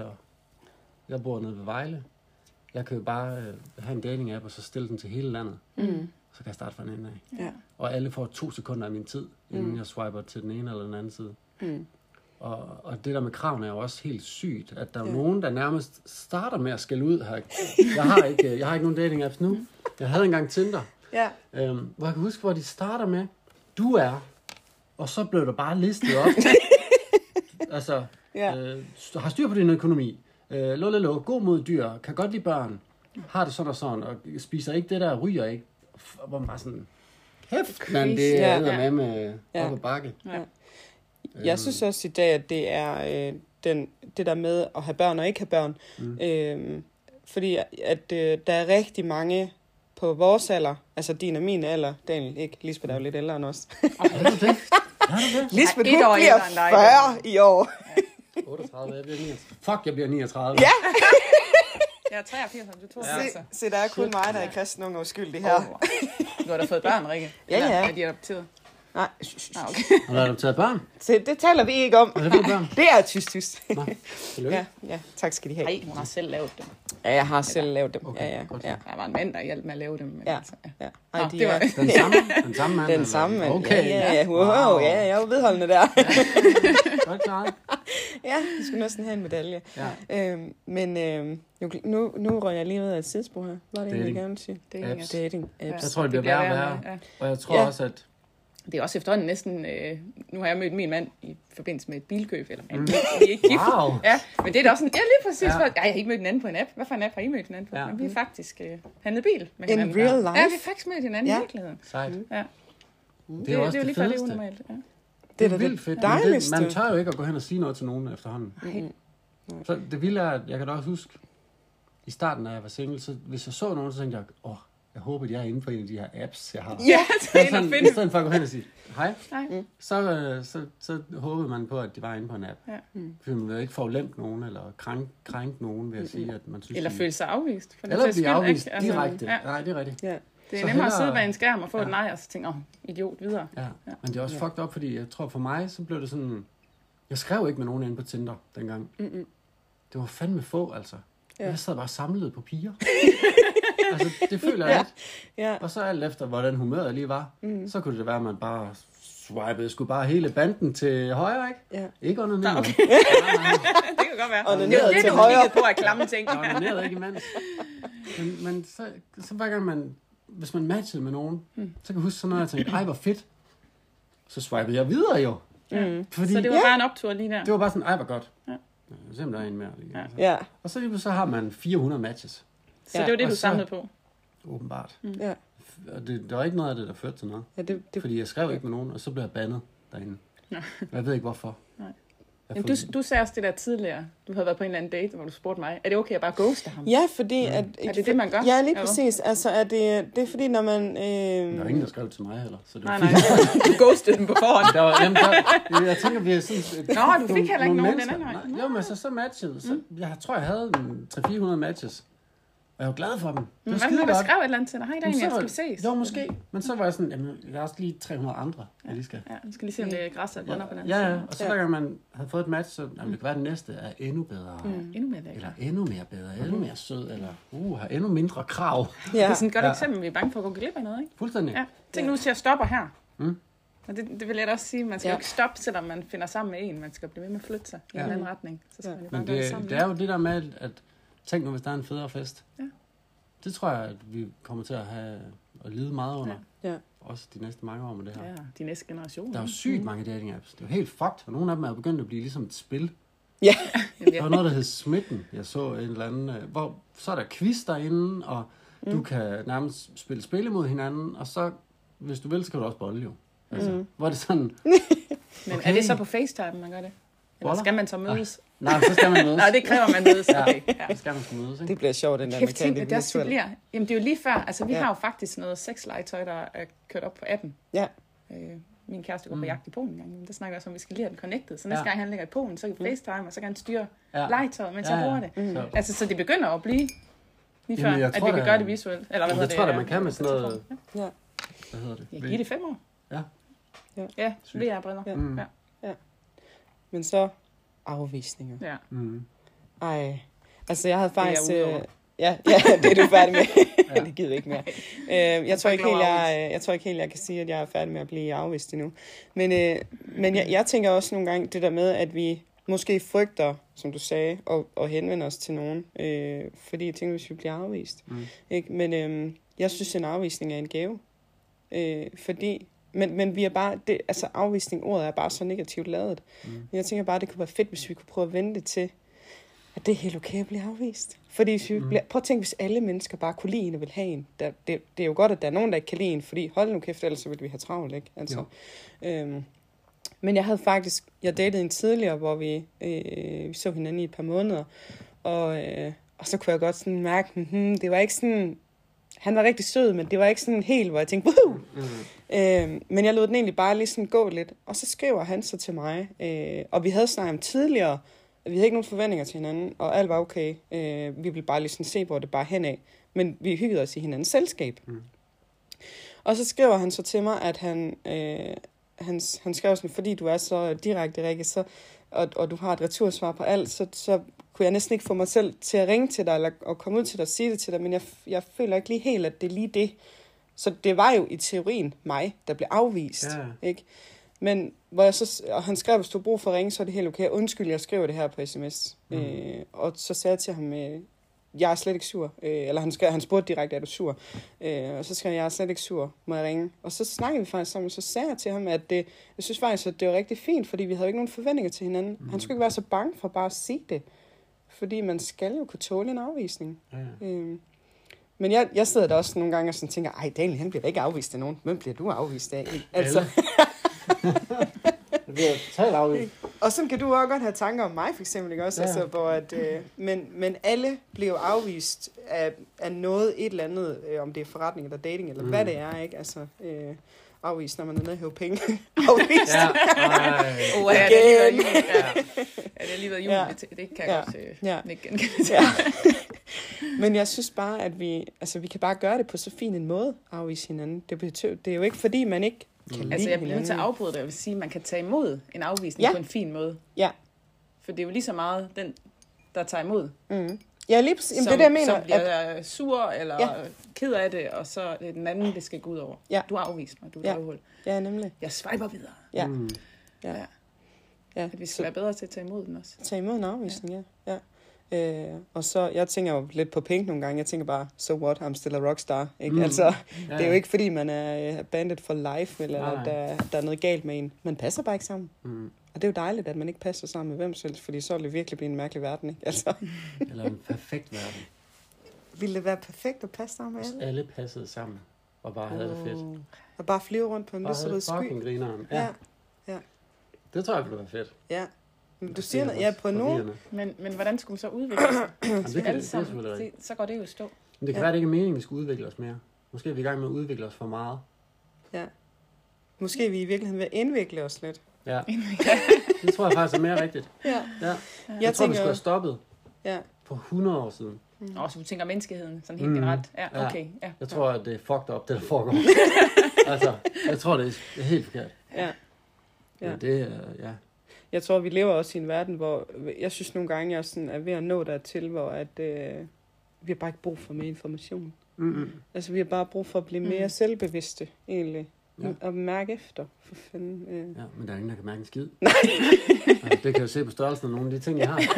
jeg bor nede ved Vejle, jeg kan jo bare øh, have en dating-app, og så stille den til hele landet, Mm. så kan jeg starte fra en ende af. Ja. Og alle får to sekunder af min tid, inden Mm. jeg swiper til den ene eller den anden side. Mm. Og, og det der med kravene er jo også helt sygt, at der er Ja. ja. nogen, der nærmest starter med at skælde ud her. Jeg har ikke, jeg har ikke nogen dating apps nu. Jeg havde engang Tinder, Ja. øhm, hvor jeg kan huske, hvor de starter med, du er, og så blev der bare listet op. altså, Ja. øh, har styr på din økonomi, øh, lå, lå, lå, god mod dyr, kan godt lide børn, har det sådan og sådan, og spiser ikke det der, ryger ikke. F- Hvor man bare sådan, kæft, man, det Ja. er ja. med med Ja. op ad bakke. Ja. Jeg synes også i dag, at det er øh, den, det der med at have børn og ikke have børn. Mm. Øh, fordi at øh, der er rigtig mange på vores alder, altså din og min alder, Daniel, ikke? Lisbeth er jo lidt ældre end os. Er du det? Er du det? Lisbeth, et hun år bliver ældre end dig, fyrre i år. otteogtredive, jeg bliver niogtredive. Fuck, jeg bliver niogtredive. Ja. Jeg er treogfirs, og du er Ja. toogfirs. Se, se, der er kun Shit. mig, der er kristen unge uskyldig her. Oh. Du har da fået børn, Rikke. Ja, Eller ja. er de adopteret? Nej, Ah, okay. Har du adopteret børn? se, det taler vi ikke om. Hvad er det for børn? Det er tyst, tyst. Nå, tillykke. Ja, ja, tak skal de have. Nej, hun har selv lavet dem. Ja, jeg har selv lavet dem. Okay, Ja, ja, godt så. ja. Der var en mand, der hjalp med at lave dem. Men Ja. altså, ja. ja. Nå, Ej, de det var- er Den samme, den samme mand? den eller? samme mand. Okay. Ja, ja, ja. Wow, Wow. ja, jeg er jo vedholdende der. Godt klaret. Ja, du skulle næsten have en medalje. Ja. Øhm, men øhm, nu, nu, nu røg jeg lige ud af et sidespor her. Hvad er det, jeg Dating. gerne vil sige? Det er Apps. ikke- Dating apps. Jeg tror, det bliver værre og værre. med, ja. Og jeg tror Ja. også, at det er også efterhånden næsten... Øh, nu har jeg mødt min mand i forbindelse med et bilkøb, eller man, mm. vi er ikke gift. Wow. Ja, men det er da også sådan, ja lige præcis. Ja. Ja. Jeg har ikke mødt hinanden på en app. Hvad for en app har I mødt hinanden på? Ja. Ja. Men vi har faktisk øh, handlet bil med In hinanden. real Ja, life? vi har faktisk mødt hinanden Ja. i virkeligheden. Sejt. Ja. Det Det, er jo det, også det er jo det lige før, det er fedeste. unormalt. Ja. Det er da vildt det fedt. Men dejligste. Det, man tør jo ikke at gå hen og sige noget til nogen efterhånden. Nej. Så det vilde er, at jeg kan da også huske, i starten, af jeg var single, så hvis jeg så nogen, så tænkte jeg, åh, oh, jeg håber, de er inde på en af de her apps, jeg har. Ja, det Så er sådan, en i finde. stedet for at gå hen og sige, hej, Nej. så, øh, så, så håbede man på, at de var inde på en app. Ja. Fordi man vil jo ikke forulempe nogen, eller krænke, krænke nogen ved at sige, at man synes... Eller de- føle sig afvist. For den Eller sags blive skyld, afvist ikke? Altså, direkte. Ja. Nej, det er rigtigt. Ja. Det er Så nemmere at hellere- sidde bag en skærm og få Ja. et nej, og så tænke, åh, idiot, videre. Ja. Ja. Men det er også fucked up, fordi jeg tror for mig, så blev det sådan... Jeg skrev ikke med nogen inde på Tinder dengang. Mm-mm. Det var fandme få, altså. Ja. Jeg sad bare samlet på piger. altså, det føler jeg Ja. lidt. Ja. Og så alt efter, hvordan humøret lige var, Mm. så kunne det være, at man bare swipede skulle bare hele banden til højre, ikke? Ja. Ikke under ned. Okay. Nej, nej. Det kan godt være. Og Det ned er det, til du højre. kiggede på af klamme ting. Jeg onanerede ikke imens. Men, men så, så hver gang man, hvis man matchede med nogen, Mm. så kan jeg huske sådan noget, jeg tænkte, ej, hvor fedt. Så swipede jeg videre jo. Mm. Fordi Så det var Ja. bare en optur lige der. det var bare sådan, ej, hvor godt. Ja. Ja, se om der er en mere. Lige. Ja. Altså. Ja. Og så lige pludselig så har man fire hundrede matches, Så det var det, Og du så- samlede på. åbenbart. Ja. Og det, der var ikke noget af det, der førte til noget. Ja, det, det, Fordi jeg skrev ikke med nogen, og så blev jeg bandet derinde. Nå. Og jeg ved ikke hvorfor. Nej. Jeg Jamen, får- du, du sagde også det der tidligere. Du havde været på en eller anden date, hvor du spurgte mig, er det okay at bare ghoste ham? ja, fordi... At, Er det det, man gør? Ja, lige Eller hvad? præcis. Altså, er det, det er fordi, når man... Øh, Der var ingen, der skrev til mig heller. Så det var Nej, fint. nej. Du ghostede dem på forhånd. Der var, jamen, der, jeg tænker, vi er sådan... et- Nå, du fik nogle- heller ikke nogle nogen mennesker. den anden vej. Nej, jo, men så, så matchede. Så, jeg tror, jeg havde tre til fire hundrede matches. Og jeg var glad for dem. Det Men var hvad skide med, der godt. skrev et eller andet til dig? Hej, Men Daniel, så jeg var- skal vi ses. Jo, måske. Men så var jeg sådan, jamen, der er også lige tre hundrede andre, jeg lige skal. Ja, jeg skal lige se, om det er græs eller grønner på den anden Ja, ja. side. Og så Ja. hver gang man havde fået et match, så jamen, det kan være, at den næste er endnu bedre. Mm. Endnu mere lækker. Eller endnu mere bedre, endnu mere sød, eller uh, har endnu mindre krav. Det ja. er sådan et godt Ja. eksempel, vi er bange for at gå glip af noget, ikke? Fuldstændig. Ja. Tænk nu, hvis jeg stopper her. Mm. Og det, det vil jeg da også sige. Man skal Ja. jo ikke stoppe, selvom man finder sammen med en. Man skal blive ved med at flytte sig i Ja. en anden retning. Så skal Ja. man jo bare Men gøre det det, sammen. det er jo det der med, at tænk nu, hvis der er en federe fest. Ja. Det tror jeg, at vi kommer til at have at lide meget under. Ja. Også de næste mange år med det her. Ja, de næste generationer. Der er jo sygt mange dating apps. Det er jo helt fucked, og nogle af dem er begyndt at blive ligesom et spil. Ja. Jamen, Der var noget, der hed Smitten. Jeg så en eller anden, øh, hvor så er der quiz derinde, og mm. du kan nærmest spille spil imod hinanden, og så, hvis du vil, så kan du også bolle jo. Altså, Mm. hvor er det sådan, Men Okay. er det så på FaceTime, man gør det? Eller Boller? skal man så mødes? nej, så skal man mødes. Nej, det kræver, man mødes. Ja. Okay. Ja. Så skal man skal mødes, ikke? Det bliver sjovt, den der Kæft, tænk, mekanik at det også virtuelt. bliver. Jamen, det er jo lige før. Altså, vi Ja. har jo faktisk noget sexlegetøj, der er kørt op på appen. Ja. Øh, min kæreste går på Mm. jagt i Polen en gang. Der snakker jeg også om, at vi skal lige have den connected. Så næste Ja. gang han ligger i Polen, så kan vi FaceTime, og så kan han styre Ja. legetøjet, mens Ja, jeg ja. bruger det. Mm. Så, Altså, så det begynder at blive lige før, Jamen, jeg at tror vi kan da- gøre det visuelt. Eller hvad Jamen, hedder det tror jeg da, øh, man kan med sådan noget- Ja, Ja. hvad hedder det? ja giv det fem år. Ja. Ja. Ja, Sygt. V R-briller. Ja. Mm. Ja. Men så afvisninger. Ja. Mm. Ej. Altså, jeg havde er faktisk... jeg ude Øh, over. ja, ja, det er du færdig med. Ja. det gider jeg ikke mere. Øh, jeg, tror får ikke ikke lov helt, at jeg, jeg tror ikke helt, jeg kan sige, at jeg er færdig med at blive afvist endnu. Men, øh, men jeg, jeg tænker også nogle gange det der med, at vi måske frygter, som du sagde, at, at henvende os til nogen. Øh, fordi jeg tænker, hvis vi bliver afvist. Mm. Ikke? Men øh, jeg synes, en afvisning er en gave. Øh, fordi... Men, men vi er bare, det, altså afvisning, ordet er bare så negativt lavet. Mm. Men jeg tænker bare, det kunne være fedt, hvis vi kunne prøve at vende det til, at det er helt okay at blive afvist. Fordi hvis vi Mm. bliver, prøv at tænke, hvis alle mennesker bare kunne lide en og vil have en. Der, det, det er jo godt, at der er nogen, der ikke kan lide en, fordi hold nu kæft, ellers så ville vi have travlt, ikke? Altså, øhm, men jeg havde faktisk, jeg datede en tidligere, hvor vi, øh, vi så hinanden i et par måneder, og, øh, og så kunne jeg godt sådan mærke, hmm, det var ikke sådan, han var rigtig sød, men det var ikke sådan helt, hvor jeg tænkte, woohoo! Mm. Øh, men jeg lod den egentlig bare lige sådan gå lidt. Og så skriver han så til mig. Øh, og vi havde snakket om tidligere. Vi havde ikke nogen forventninger til hinanden. Og alt var okay. Øh, vi ville bare lige sådan se, hvor det bare henad. Men vi hyggede os i hinandens selskab. Mm. Og så skriver han så til mig, at han, øh, han, han skrev sådan, fordi du er så direkte, Rikke, så, og, og du har et retursvar på alt, så, så kunne jeg næsten ikke få mig selv til at ringe til dig, eller at komme ud til dig og sige det til dig, men jeg, jeg føler ikke lige helt, at det er lige det. Så det var jo i teorien mig, der blev afvist. Ja. Ikke? Men hvor jeg så, og han skrev, hvis du har brug for at ringe, så er det helt okay. Undskyld, jeg skriver det her på sms. Mm. Øh, og så sagde jeg til ham, øh, jeg er slet ikke sur. Øh, eller han, skrev, han spurgte direkte, er du sur? Øh, og så skrev jeg, jeg er slet ikke sur, må jeg ringe? Og så snakkede vi faktisk sammen, og så sagde jeg til ham, at det, jeg synes faktisk, at det var rigtig fint, fordi vi havde ikke nogen forventninger til hinanden. Mm. Han skulle ikke være så bange for bare at sige det. Fordi man skal jo kunne tåle en afvisning. Ja, ja. Øh, men jeg, jeg sidder der også nogle gange og sådan tænker, ej, Daniel, han bliver da ikke afvist af nogen. Hvem bliver du afvist af? Altså... Det bliver totalt afvist. Og sådan kan du også godt have tanker om mig, for eksempel, ikke også? Ja. Altså, hvor at, øh, men, men alle bliver jo afvist af, af noget, et eller andet, øh, om det er forretning eller dating, eller mm. hvad det er, ikke? Altså, øh, afvist, når man er nede og hæve penge. Afvist. Ja. Åh, ja, det er lige været jul. Ja. Ja, det er lige været jul. Ja. Det, det kan jeg ja. godt øh, ja. ikke genkende. Ja. Men jeg synes bare, at vi, altså, vi kan bare gøre det på så fin en måde, afvise hinanden. Det, betyder, det er jo ikke, fordi man ikke kan altså, jeg bliver nødt til at afbryde det, og vil sige, at man kan tage imod en afvisning ja. på en fin måde. Ja. For det er jo lige så meget den, der tager imod. Mm. Ja, lige præcis. Som, det, jeg mener, som bliver at... sur eller ja. ked af det, og så er det den anden, det skal gå ud over. Ja. Du har afvist mig, du er ja. afholdt. Ja, nemlig. Jeg swiper videre. Ja. Mm. Ja. ja. ja. At vi skal så... være bedre til at tage imod den også. Tage imod en afvisning, ja. ja. ja. Øh, og så, jeg tænker jo lidt på penge nogle gange. Jeg tænker bare, so what, I'm still a rockstar. Ikke? Mm. Altså, ja, ja. Det er jo ikke, fordi man er bandit for life, eller at der, der er noget galt med en. Man passer bare ikke sammen. Mm. Og det er jo dejligt, at man ikke passer sammen med hvem som helst, fordi så vil det virkelig blive en mærkelig verden, ikke? Altså. Eller en perfekt verden. Ville det være perfekt at passe sammen med alle? Hvis alle passede sammen, og bare havde oh. det fedt. Og bare flyve rundt på en lyserød sky. Bare havde fucking grineren. Ja. Ja. ja. Det tror jeg ville være fedt. Ja. Men du siger, at jeg er på nogen. Men, men hvordan skulle man så udvikle sig? Jamen, det kan, det, det det, så går det jo i stå. Men det kan ja. være, det ikke er meningen, at vi skal udvikle os mere. Måske er vi i gang med at udvikle os for meget. Ja. Måske er vi i virkeligheden ved at indvikle os lidt. Ja. Det tror jeg faktisk er mere rigtigt. Ja. ja. Jeg, jeg tror, tænker... vi skulle have stoppet ja. for hundrede år siden. Mm. Og så du tænker menneskeheden, sådan helt mm. generelt. Ja, okay. Ja. Jeg tror, at det er fucked up, det der foregår. altså, jeg tror, det er helt forkert. Ja. Ja. Men det er, ja. Jeg tror, vi lever også i en verden, hvor jeg synes nogle gange, jeg sådan er ved at nå dertil, hvor at, øh, vi har bare ikke brug for mere information. Mm-hmm. Altså, vi har bare brug for at blive mere mm. selvbevidste, egentlig. Ja. Og mærke efter, for fanden. Øh. Ja, men der er ingen, der kan mærke en skid. Nej. altså, det kan jo se på størrelsen af nogle af de ting, jeg har.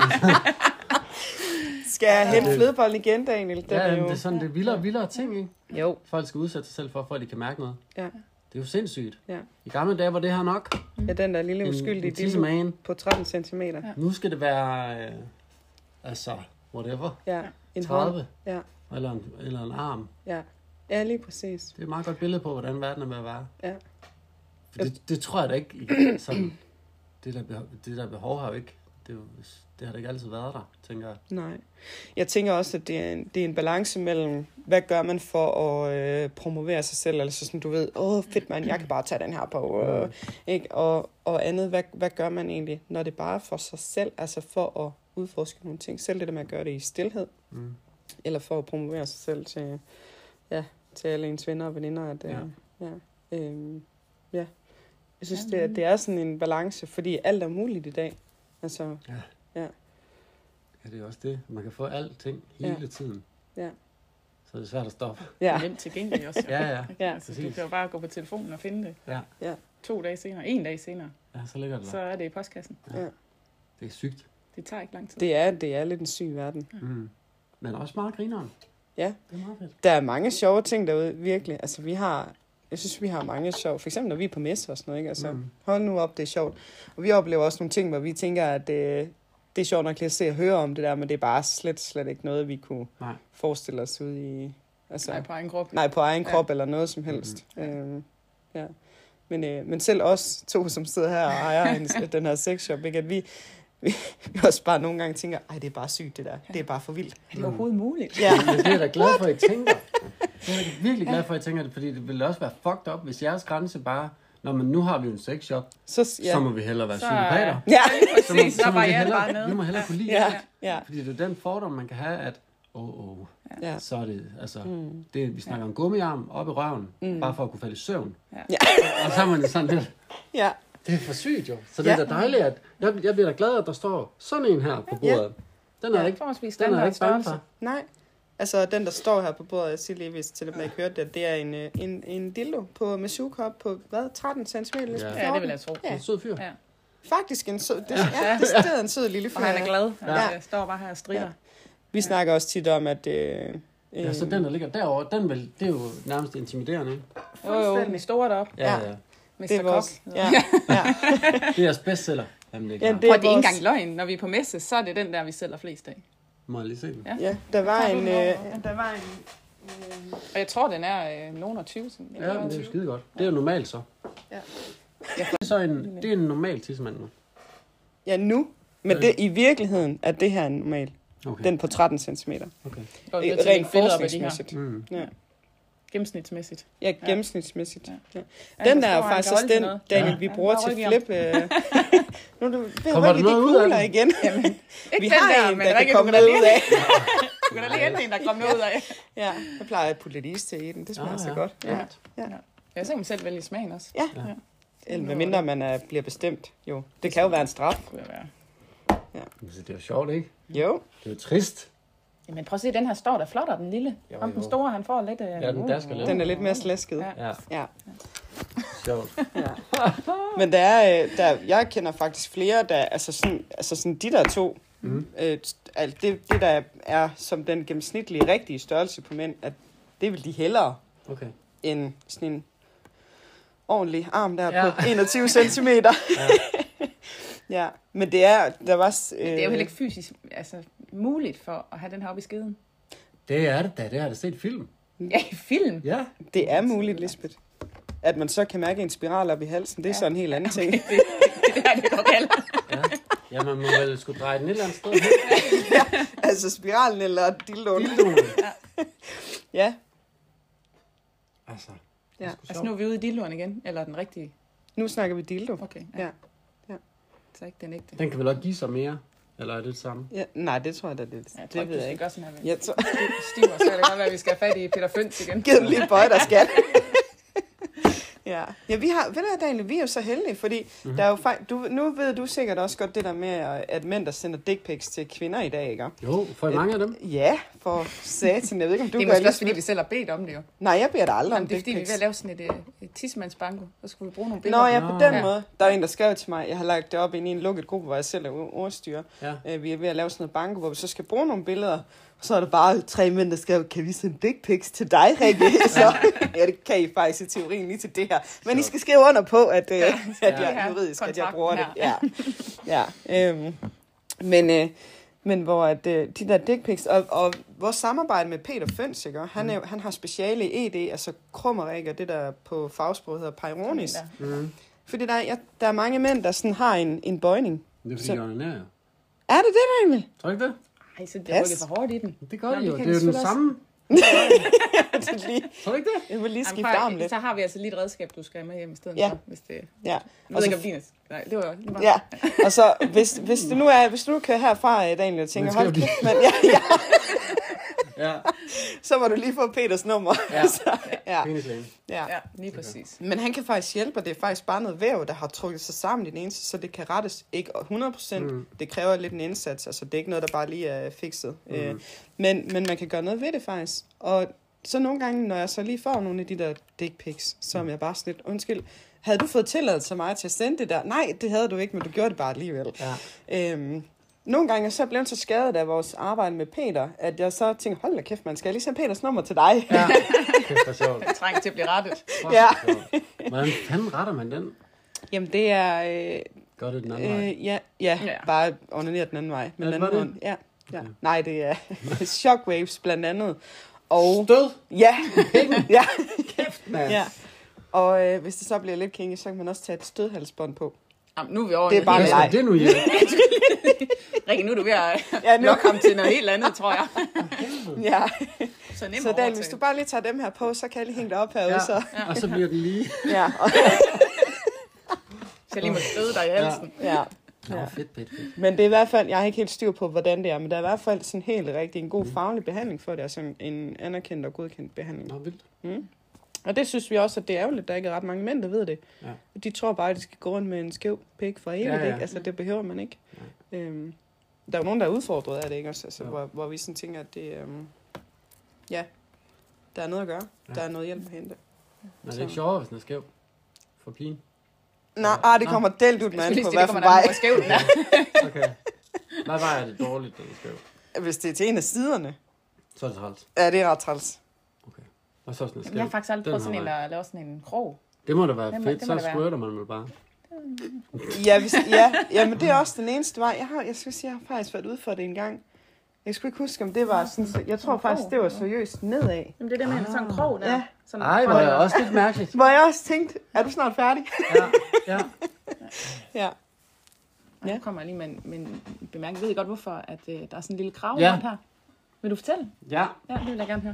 Skal jeg ja, hente flødebollen igen, Daniel? Den ja, er jo... det er sådan, det er vildere og vildere ting, ikke? Jo. Folk skal udsætte sig selv for, for at de kan mærke noget. Ja. Det er jo sindssygt. Ja. I gamle dage var det her nok. Ja, den der lille uskyldige dildo på tretten centimeter. Ja. Nu skal det være, øh, altså, whatever. Ja, en tredive. Ja. Eller en, eller en arm. Ja. Ja, lige præcis. Det er et meget godt billede på, hvordan verden er ved at være. Ja. For det, det tror jeg da ikke, sådan, det, der behov, det der behov har jo ikke, det, er jo, det har da ikke altid været der, tænker jeg. Nej. Jeg tænker også, at det er en, det er en balance mellem, hvad gør man for at øh, promovere sig selv, altså sådan, du ved, åh, fedt mand, jeg kan bare tage den her på, øh, ikke? Og, og andet, hvad, hvad gør man egentlig, når det bare er for sig selv, altså for at udforske nogle ting, selv det der med at gøre det i stilhed, mm. eller for at promovere sig selv til, ja, til alle ens venner og veninder, at, ja. Ja, øh, ja. Jeg synes, ja, det, det er sådan en balance, fordi alt er muligt i dag. Altså, ja. Ja. Ja, det er også det. Man kan få alting hele ja. tiden. Ja. Så det er svært at stoppe. Ja. Nemt tilgængeligt også. ja, ja. ja. Altså, du kan jo bare gå på telefonen og finde det. Ja. Ja. To dage senere, en dag senere. Ja, så ligger det der. Så er det i postkassen. Ja. ja. Det er sygt. Det tager ikke lang tid. Det er, det er lidt en syg verden. Ja. Mm. Men også meget grineren. Ja. Det er meget fedt. Der er mange sjove ting derude, virkelig. Altså, vi har... Jeg synes, vi har mange sjov. For eksempel, når vi er på messer og sådan noget, ikke? Altså, mm. hold nu op, det er sjovt. Og vi oplever også nogle ting, hvor vi tænker, at det, det er sjovt nok lige at se og høre om det der, men det er bare slet, slet ikke noget, vi kunne nej. forestille os ud i... Altså, nej, på egen krop. Nej, på egen ja. krop eller noget som helst. Mm. Øhm, ja. men, øh, men selv os to, som sidder her og ejer en, den her sexshop, ikke? At vi, vi, vi også bare nogle gange tænker, ej, det er bare sygt det der. Ja. Det er bare for vildt. Er det overhovedet muligt? Ja. Jeg er da glad for, at I tænker. Jeg er virkelig glad for, at I tænker det, fordi det ville også være fucked up, hvis jeres grænse bare, når man nu har vi jo en sexshop, så, ja. så må vi hellere være psykopater. Ja, så, må, så, så må vi hellere, vi må hellere kunne lide ja. Ja. Fordi det er den fordom, man kan have, at åh, oh, oh, ja. så er det, altså, mm. det, vi snakker ja. om gummiarm op i røven, mm. bare for at kunne falde i søvn. Ja. Og så er man sådan lidt, ja. det er for sygt jo. Så det er ja. da dejligt, at jeg, jeg bliver da glad, at der står sådan en her på bordet. Ja. Den er ja, ikke, den er ikke bange for. Nej. Altså, den, der står her på bordet, jeg siger lige, hvis til dem, der ikke hørte det, det er en, en, en dildo på, med sugekop på, hvad, tretten centimeter? Ja. ja, det vil jeg tro. Ja. En sød fyr. Ja. Faktisk en sød, det, ja, det, det er en sød lille fyr. Og han er glad. Ja. Jeg står bare her og strider. Vi snakker også tit om, at... Øh, Ja, så den, der ligger derovre, den vil, det er jo nærmest intimiderende, ikke? Jo, jo, den store deroppe. Ja, ja. det er vores... Kok. Ja, ja. Det er jeres bestseller. Jamen, det er Ja, klart. det- Og det er ikke vores- engang løgn. Når vi er på messe, så er det den der, vi sælger flest af. Må jeg lige se den? Ja. ja, der var Tager du en... den Øh, over? der var en... Øh, Og jeg tror, den er øh, nogen og tyve. Sådan. Ja, men det er jo skide godt. Det er jo normalt så. Ja. Det er så en, det er en normal tidsmand nu. ja, nu. Men det, i virkeligheden er det her normal. Okay. Den på tretten centimeter. Okay. Og vi Rent rent billeder af de her. forskningsmæssigt. Mm. Ja. Gennemsnitsmæssigt. Ja, gennemsnitsmæssigt. Ja. Ja. Ja, Den der der er står, han faktisk kan også holde til den, noget. Daniel, Ja. vi Ja, bruger bare til ryk i flip. Øh. Nu er du ved at Kommer rykke i der de noget ud af kugler den? igen. Jamen, ikke Vi den har der, en, men der kan Rikke, komme du kan noget ud af. Du kan da lige hente en, der kommer noget ud af. Ja, jeg plejer at putte lidt is til i den. Det smager Ah, så ja. godt. Ja. Ja. Ja, så kan man selv vælge smagen også. Ja. Ja. Eller med mindre man er, bliver bestemt. Jo, det kan jo være en straf. Det kunne være. Så det er jo sjovt, ikke? Jo. Det er jo trist. Jamen prøv at se, den her står der flottere, den lille. Jo, Om den jo. store, han får lidt... Øh, Ja, den dasker lidt. Den er lidt mere slæsket. Ja. Ja, Ja. sjovt. Men der er, øh, der, jeg kender faktisk flere, der, altså sådan, altså sådan de der to, Mm. øh, alt det, det der er som den gennemsnitlige rigtige størrelse på mænd, at det vil de hellere Okay. end sådan en ordentlig arm der Ja. på enogtyve centimeter. Ja. Ja, men det er, der var... Øh, Men det er jo heller ikke fysisk altså, muligt for at have den her oppe i skeden. Det er det da. Det har jeg da set i film. Ja, i film. Ja. Det er muligt, Lisbeth. At man så kan mærke en spiral op i halsen, det er Ja. så en helt anden ting. Det, det, det er det går galt. Ja. Ja, man må vel skulle dreje den et eller andet sted hen. Altså spiralen eller dildoen. Dildoen. Ja, Altså. ja. det er sgu Altså sjovt. nu er vi ude i dildoen igen, eller den rigtige. Nu snakker vi dildo. Okay, Ja. ja. Så ikke den ægte. Den kan vel også give sig mere? Eller er det det samme? Ja, nej, det tror jeg da lidt. Ja, jeg tror Det ikke, ved du jeg skal ikke. gøre sådan her. Med. Jeg tror, Stiver, så er det godt være, at vi skal have fat i Peter Føns igen. giv dem lige bøj, der skal. Ja. Ja, vi har, ved du hvad, Daniel, vi er jo så heldige, fordi mm-hmm. der er jo fakt, du, nu ved du sikkert også godt det der med, at mænd, der sender dick pics til kvinder i dag, ikke? Jo, får I mange af dem? Ja, for satan. Jeg ved ikke, om du Det er gør måske også, lige... fordi vi selv har bedt om det jo. Nej, jeg beder dig aldrig om Jamen, det er dick fordi, vi er pics. ved at lave sådan et, et, et tissemandsbanko. Så skulle vi bruge nogle Nå billeder. ja, Nå. på den Ja. måde. Der er en, der skrev til mig, jeg har lagt det op ind i en lukket gruppe, hvor jeg selv er ordstyrer. Ja. Øh, Vi er ved at lave sådan noget banko, hvor vi så skal bruge nogle billeder. Så er der bare tre mænd, der skriver, kan vi sende dick pics til dig, Rikke? Så ja, det kan I faktisk i teorien lige til det her. Men I skal skrive under på, at, øh, at jeg Ja. juridisk, at jeg Kontrakten bruger det. her. Ja, ja. Øhm, men, øh, men hvor at, øh, de der dick pics, og, og vores samarbejde med Peter Føns, ikke? Han, er, jo- han har speciale i E D, altså krummerik, og det der på fagsprog hedder Peyronie's. Ja. Mm. Fordi der, er- jeg, der er mange mænd, der sådan har en, en bøjning. Det er fordi, Så- jeg onanerer jo. Er det det, Daniel? Tror du ikke det? Ej, så det Yes. er rykket for hårdt i den. Det gør Nå, de det jo. kan Det er de jo den selvfølgelig samme. Det er lige, Tror du ikke det? jeg vil lige Jamen, skifte faktisk, arm lidt. så har vi altså lige et redskab, du skal have med hjem i stedet Ja. for. Hvis det, Ja. jeg Og ved så- ikke, om din er... Nej, det var jo... det var- Ja, og så hvis, hvis du nu er, hvis du nu kører herfra, øh, Daniel, og tænker, Men skal hold jo kæft, mand, ja, ja, Ja. så må du lige få Peters nummer. Ja. Så, ja, Penislægen. ja. Ja, lige præcis. Men han kan faktisk hjælpe, og det er faktisk bare noget væv, der har trukket sig sammen i den ene, så det kan rettes ikke hundrede procent. Mm. Det kræver lidt en indsats, altså det er ikke noget, der bare lige er fikset. Mm. Øh, men, men man kan gøre noget ved det faktisk. Og så nogle gange, når jeg så lige får nogle af de der dick pics, så er jeg bare sådan lidt, undskyld, havde du fået tilladelse af mig til at sende det der? Nej, det havde du ikke, men du gjorde det bare alligevel. Ja. Øhm, nogle gange så blev jeg så skadet af vores arbejde med Peter, at jeg så tænkte, hold da kæft, man skal jeg lige sende Peters nummer til dig? Ja. Kæft, hvor sjovt. Jeg trænger til at blive rettet. Hvor Ja. sjovt. Hvordan fanden retter man den? Jamen det er, øh, Gør det den anden vej? øh, ja, ja, Ja. bare onanere den anden vej. Med Er den det anden bare det? hånd. Ja, ja. Okay. Nej, det er shockwaves blandt andet. Og Stød? ja, ja, Kæft, mand. ja. Og øh, hvis det så bliver lidt kinky, så kan man også tage et stødhalsbånd på. Jamen, nu er vi over. Det er i bare noget leg. Hvad skal det nu, Jeppe? helt- Rikke, nu er du ved at Ja, nu. lokke ham til noget helt andet, tror jeg. Ja. Så nemt Så Dan, hvis du bare lige tager dem her på, så kan jeg lige hænge dig op herude. Ja. Så. Og så bliver den lige... Ja. Og, Så jeg lige må støde dig i halsen. ja. Nå, Ja. fedt, fedt, fedt. Men det er i hvert fald, jeg har ikke helt styr på, hvordan det er, men der er i hvert fald sådan helt rigtig en god faglig behandling for det, altså en- en anerkendt og godkendt behandling. Nå, vildt. Mm. Og det synes vi også, at det er ærgerligt, at der ikke er ret mange mænd, der ved det. Ja. De tror bare, at de skal gå rundt med en skæv pik for evigt, Ja, ja. ikke? Altså, det behøver man ikke. Øhm, der er jo nogen, der er udfordret af det, ikke? Også, altså, Ja. hvor, hvor vi sådan tænker, at det... Øhm, ja, der er noget at gøre. Ja. Der er noget hjælp at hente. Men det er ikke sjovere, hvis den er skæv. For pigen. Nej, ah, det Nå. kommer delt ud, Jeg mand, skulle lige på sige, hvad det for kommer der vej. an på, hvor skæv den er. Okay. Hvad var det dårligt, den er skæv? Hvis det er til en af siderne, Så er det træls. ja, det er ret træls. Okay. Og så sådan en Jeg har faktisk aldrig Den prøvet sådan har en, der laver sådan en krog. Det må da være Det må- fedt, det må så det være. squirter man vel bare. Ja, hvis, ja, ja, men det er også den eneste vej. Jeg har, jeg skal sige, jeg har faktisk været ude for det en gang. Jeg skulle ikke huske, om det var sådan, så jeg tror faktisk, det var seriøst nedad. Jamen det er det med sådan en krog der. Ja. Sådan Ej, hvor er det også lidt mærkeligt. Hvor jeg også tænkte, er du snart færdig? Ja, ja. Ja. Ja. Nu kommer jeg lige med en, med en bemærkning. Ved I godt, hvorfor at, øh, der er sådan en lille krav Ja. rundt her? Vil du fortælle? Ja. Ja, det vil jeg gerne høre.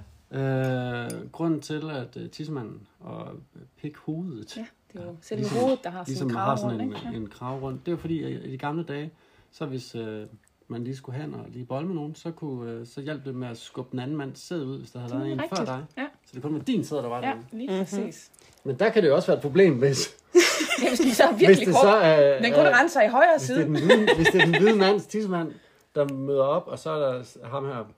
Øh, grunden til, at uh, tissemanden og pikhovedet Ja, det er jo selve Ligesom- hovedet, der har sådan ligesom en har krav sådan rundt, en, ikke? en krav rundt. Det er fordi, at i de gamle dage, så hvis øh, man lige skulle hen og lige bolle med nogen, så, kunne, øh, så hjalp det med at skubbe den anden mands sæd ud, hvis der havde Det er været en før rigtigt. dig. Ja. Så det kun var din sæd, der var Ja, der. lige præcis. Men der kan det jo også være et problem, hvis, Ja, hvis de så er hvis virkelig det kort. så er... Den kun er- renser i højre hvis det, er side. den hvide, hvis det er den hvide mands tissemand, der møder op, og så er der ham her,